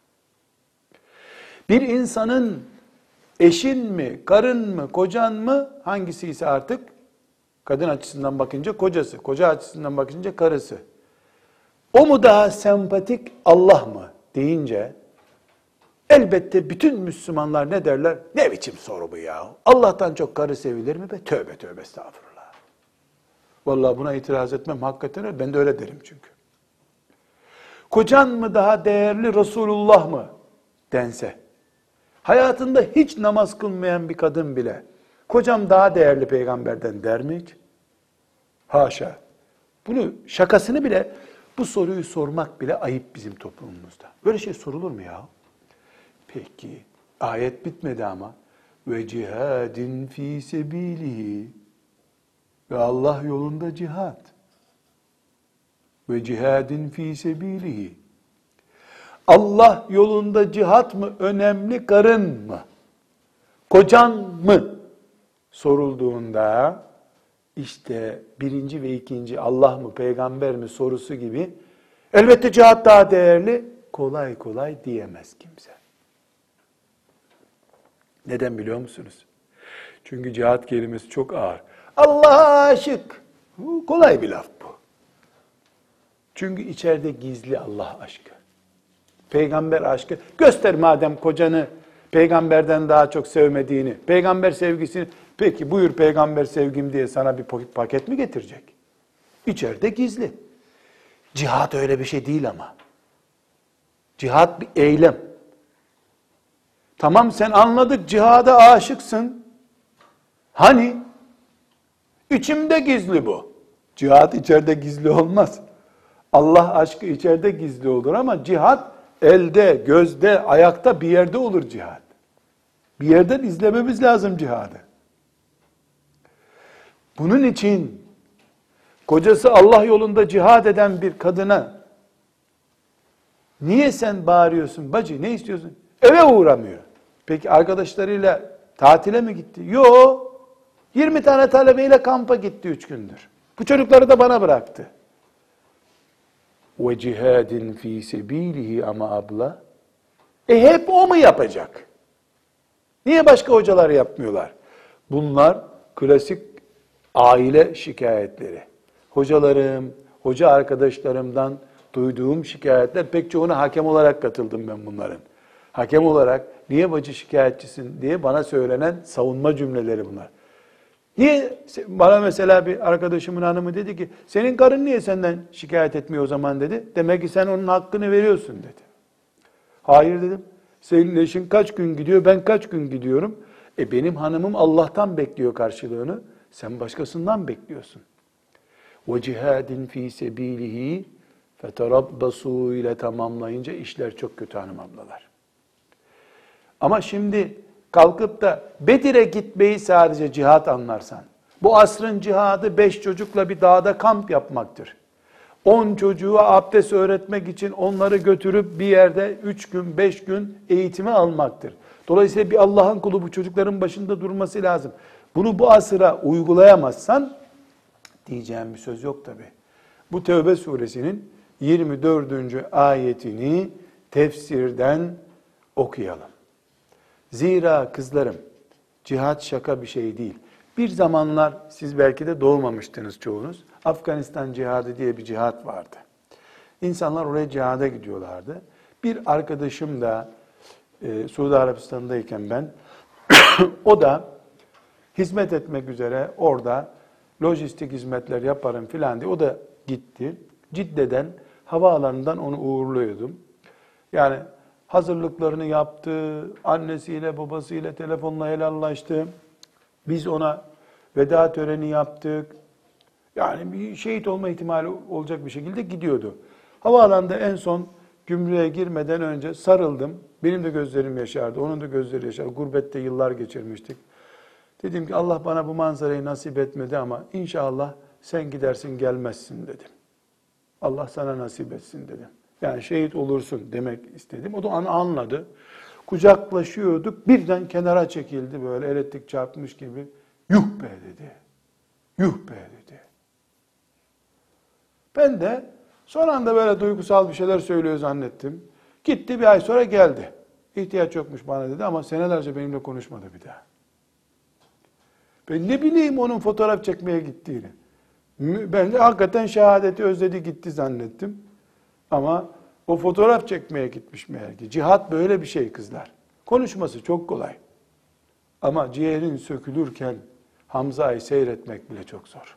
Bir insanın eşin mi, karın mı, kocan mı, hangisi ise artık, kadın açısından bakınca kocası, koca açısından bakınca karısı, o mu daha sempatik, Allah mı deyince, elbette bütün Müslümanlar ne derler? Ne biçim soru bu ya? Allah'tan çok karı sevilir mi be? Tövbe tövbe, estağfurullah. Vallahi buna itiraz etmem, hakikaten öyle. Ben de öyle derim çünkü. Kocan mı daha değerli, Resulullah mı dense, hayatında hiç namaz kılmayan bir kadın bile, kocam daha değerli peygamberden der mi hiç? Haşa. Bunu, şakasını bile, bu soruyu sormak bile ayıp bizim toplumumuzda. Böyle şey sorulur mu ya? Peki, ayet bitmedi ama. Ve cihadin fi sebilihi, ve Allah yolunda cihat. Ve cihadin fi sebilihi. Allah yolunda cihat mı önemli, karın mı, kocan mı sorulduğunda, işte birinci ve ikinci, Allah mı peygamber mi sorusu gibi, elbette cihat daha değerli, kolay kolay diyemez kimse. Neden biliyor musunuz? Çünkü cihat kelimesi çok ağır. Allah'a aşık. Kolay bir laf bu. Çünkü içeride gizli Allah aşkı. Peygamber aşkı. Göster madem kocanı peygamberden daha çok sevmediğini, peygamber sevgisini. Peki buyur peygamber sevgim diye sana bir paket mi getirecek? İçeride gizli. Cihat öyle bir şey değil ama. Cihat bir eylem. Tamam, sen anladık cihada aşıksın. Hani? İçimde gizli bu. Cihat içeride gizli olmaz. Allah aşkı içeride gizli olur ama cihat elde, gözde, ayakta bir yerde olur cihat. Bir yerden izlememiz lazım cihadı. Bunun için kocası Allah yolunda cihad eden bir kadına niye sen bağırıyorsun bacı, ne istiyorsun? Eve uğramıyor. Peki arkadaşlarıyla tatile mi gitti? Yok. yirmi tane talebeyle kampa gitti üç gündür. Bu çocukları da bana bıraktı. Ve cihadin fi sebilihi ama abla. E hep o mu yapacak? Niye başka hocalar yapmıyorlar? Bunlar klasik aile şikayetleri. Hocalarım, hoca arkadaşlarımdan duyduğum şikayetler, pek çoğuna hakem olarak katıldım ben bunların. Hakem olarak niye bacı şikayetçisin diye bana söylenen savunma cümleleri bunlar. Niye bana mesela bir arkadaşımın hanımı dedi ki senin karın niye senden şikayet etmiyor o zaman dedi. Demek ki sen onun hakkını veriyorsun dedi. Hayır dedim. Senin eşin kaç gün gidiyor, ben kaç gün gidiyorum. E benim hanımım Allah'tan bekliyor karşılığını. Sen başkasından bekliyorsun. وَجِهَادٍ ف۪ي سَب۪يلِهِ فَتَرَبَّصُوا ile tamamlayınca işler çok kötü hanım ablalar. Ama şimdi kalkıp da Bedir'e gitmeyi sadece cihat anlarsan, bu asrın cihadı beş çocukla bir dağda kamp yapmaktır. On çocuğa abdest öğretmek için onları götürüp bir yerde üç gün, beş gün eğitimi almaktır. Dolayısıyla bir Allah'ın kulu bu çocukların başında durması lazım. Bunu bu asıra uygulayamazsan diyeceğim bir söz yok tabi. Bu Tevbe suresinin yirmi dördüncü ayetini tefsirden okuyalım. Zira kızlarım, cihat şaka bir şey değil. Bir zamanlar siz belki de doğmamıştınız çoğunuz. Afganistan cihadı diye bir cihat vardı. İnsanlar oraya cihada gidiyorlardı. Bir arkadaşım da e, Suudi Arabistan'dayken ben, o da hizmet etmek üzere orada lojistik hizmetler yaparım filan diye o da gitti. Cidde'den havaalanından onu uğurluyordum. Yani hazırlıklarını yaptı, annesiyle babasıyla telefonla helallaştı. Biz ona veda töreni yaptık. Yani bir şehit olma ihtimali olacak bir şekilde gidiyordu. Havaalanında en son gümrüğe girmeden önce sarıldım. Benim de gözlerim yaşardı, onun da gözleri yaşardı. Gurbette yıllar geçirmiştik. Dedim ki Allah bana bu manzarayı nasip etmedi ama inşallah sen gidersin gelmezsin dedim. Allah sana nasip etsin dedim. Yani şehit olursun demek istedim. O da anladı. Kucaklaşıyorduk. Birden kenara çekildi böyle elektrik çarpmış gibi. Yuh be dedi. Yuh be dedi. Ben de son anda böyle duygusal bir şeyler söylüyor zannettim. Gitti, bir ay sonra geldi. İhtiyaç yokmuş bana dedi ama senelerce benimle konuşmadı bir daha. Ben ne bileyim onun fotoğraf çekmeye gittiğini. Ben de hakikaten şehadeti özledi gitti zannettim. Ama o fotoğraf çekmeye gitmiş meğer ki. Cihat böyle bir şey kızlar. Konuşması çok kolay. Ama ciğerin sökülürken Hamza'yı seyretmek bile çok zor.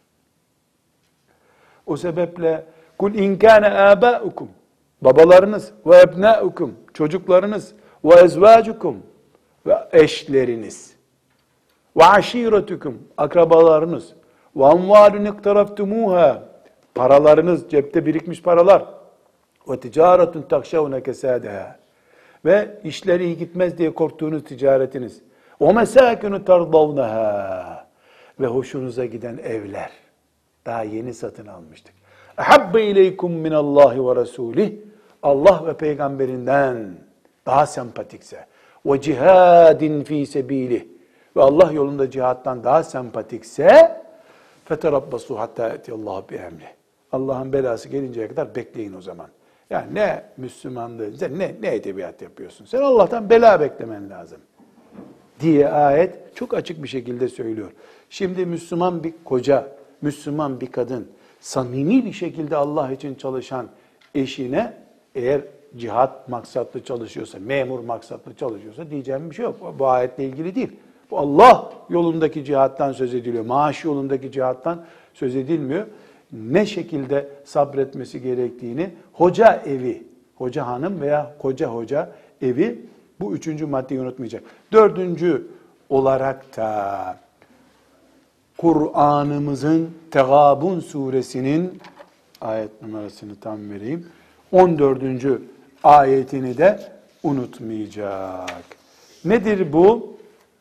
O sebeple kul in kana abaukum, babalarınız ve ebnaukum, çocuklarınız ve ezvacukum, ve eşleriniz ve aşiretukum, akrabalarınız ve amvalun iktaraftumuha, paralarınız, cepte birikmiş paralar ve ticaretun takşavne kesadeha, ve işleri iyi gitmez diye korktuğunuz ticaretiniz ve mesakinu tardavnaha, ve hoşunuza giden evler, daha yeni satın almıştık. Ahabbe ileykum minallahi ve rasulih, Allah ve peygamberinden daha sempatikse, ve cihadin fi sebilih, ve Allah yolunda cihattan daha sempatikse, feterabbasu hatta etiyallahu bi emrih. Allah'ın belası gelinceye kadar bekleyin o zaman. Yani ne Müslümanlığı, sen ne, ne edebiyat yapıyorsun? Sen Allah'tan bela beklemen lazım diye ayet çok açık bir şekilde söylüyor. Şimdi Müslüman bir koca, Müslüman bir kadın, samimi bir şekilde Allah için çalışan eşine, eğer cihat maksatlı çalışıyorsa, memur maksatlı çalışıyorsa diyeceğim bir şey yok. Bu ayetle ilgili değil. Bu Allah yolundaki cihattan söz ediliyor. Maaş yolundaki cihattan söz edilmiyor. Ne şekilde sabretmesi gerektiğini, hoca evi, hoca hanım veya koca hoca evi, bu üçüncü maddeyi unutmayacak. Dördüncü olarak da Kur'an'ımızın Tegabun suresinin ayet numarasını tam vereyim. on dördüncü ayetini de unutmayacak. Nedir bu?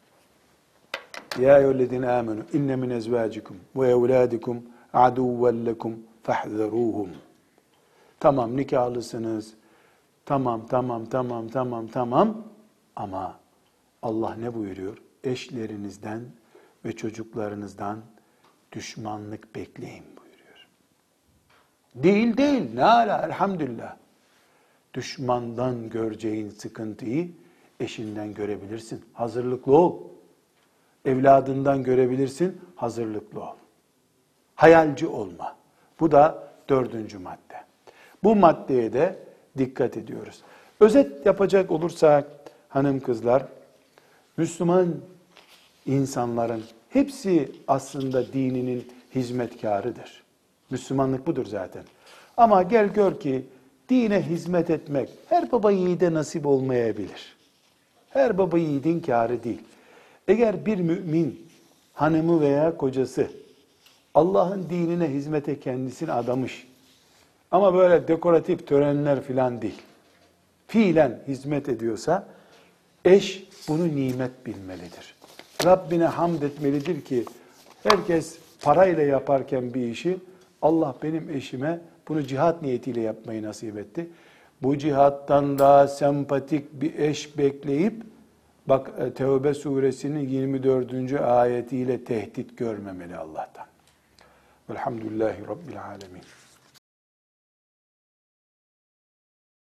Ya eyyühellezine amenu inne min ezvacikum ve evladikum aduwwen lekum fahzeruhum. Tamam nikahlısınız. Tamam tamam tamam tamam tamam. Ama Allah ne buyuruyor? Eşlerinizden ve çocuklarınızdan düşmanlık bekleyin buyuruyor. Değil değil, ne ala, elhamdülillah. Düşmandan göreceğin sıkıntıyı eşinden görebilirsin. Hazırlıklı ol. Evladından görebilirsin. Hazırlıklı ol. Hayalci olma. Bu da dördüncü madde. Bu maddeye de dikkat ediyoruz. Özet yapacak olursak hanım kızlar, Müslüman insanların hepsi aslında dininin hizmetkarıdır. Müslümanlık budur zaten. Ama gel gör ki dine hizmet etmek her baba yiğide nasip olmayabilir. Her baba yiğidin kârı değil. Eğer bir mümin hanımı veya kocası Allah'ın dinine hizmete kendisini adamış ama böyle dekoratif törenler filan değil, fiilen hizmet ediyorsa eş bunu nimet bilmelidir. Rabbine hamd etmelidir ki herkes parayla yaparken bir işi Allah benim eşime bunu cihat niyetiyle yapmayı nasip etti. Bu cihattan daha sempatik bir eş bekleyip bak Tevbe suresinin yirmi dördüncü ayetiyle tehdit görmemeli Allah'tan. Velhamdülillahi Rabbil alemin.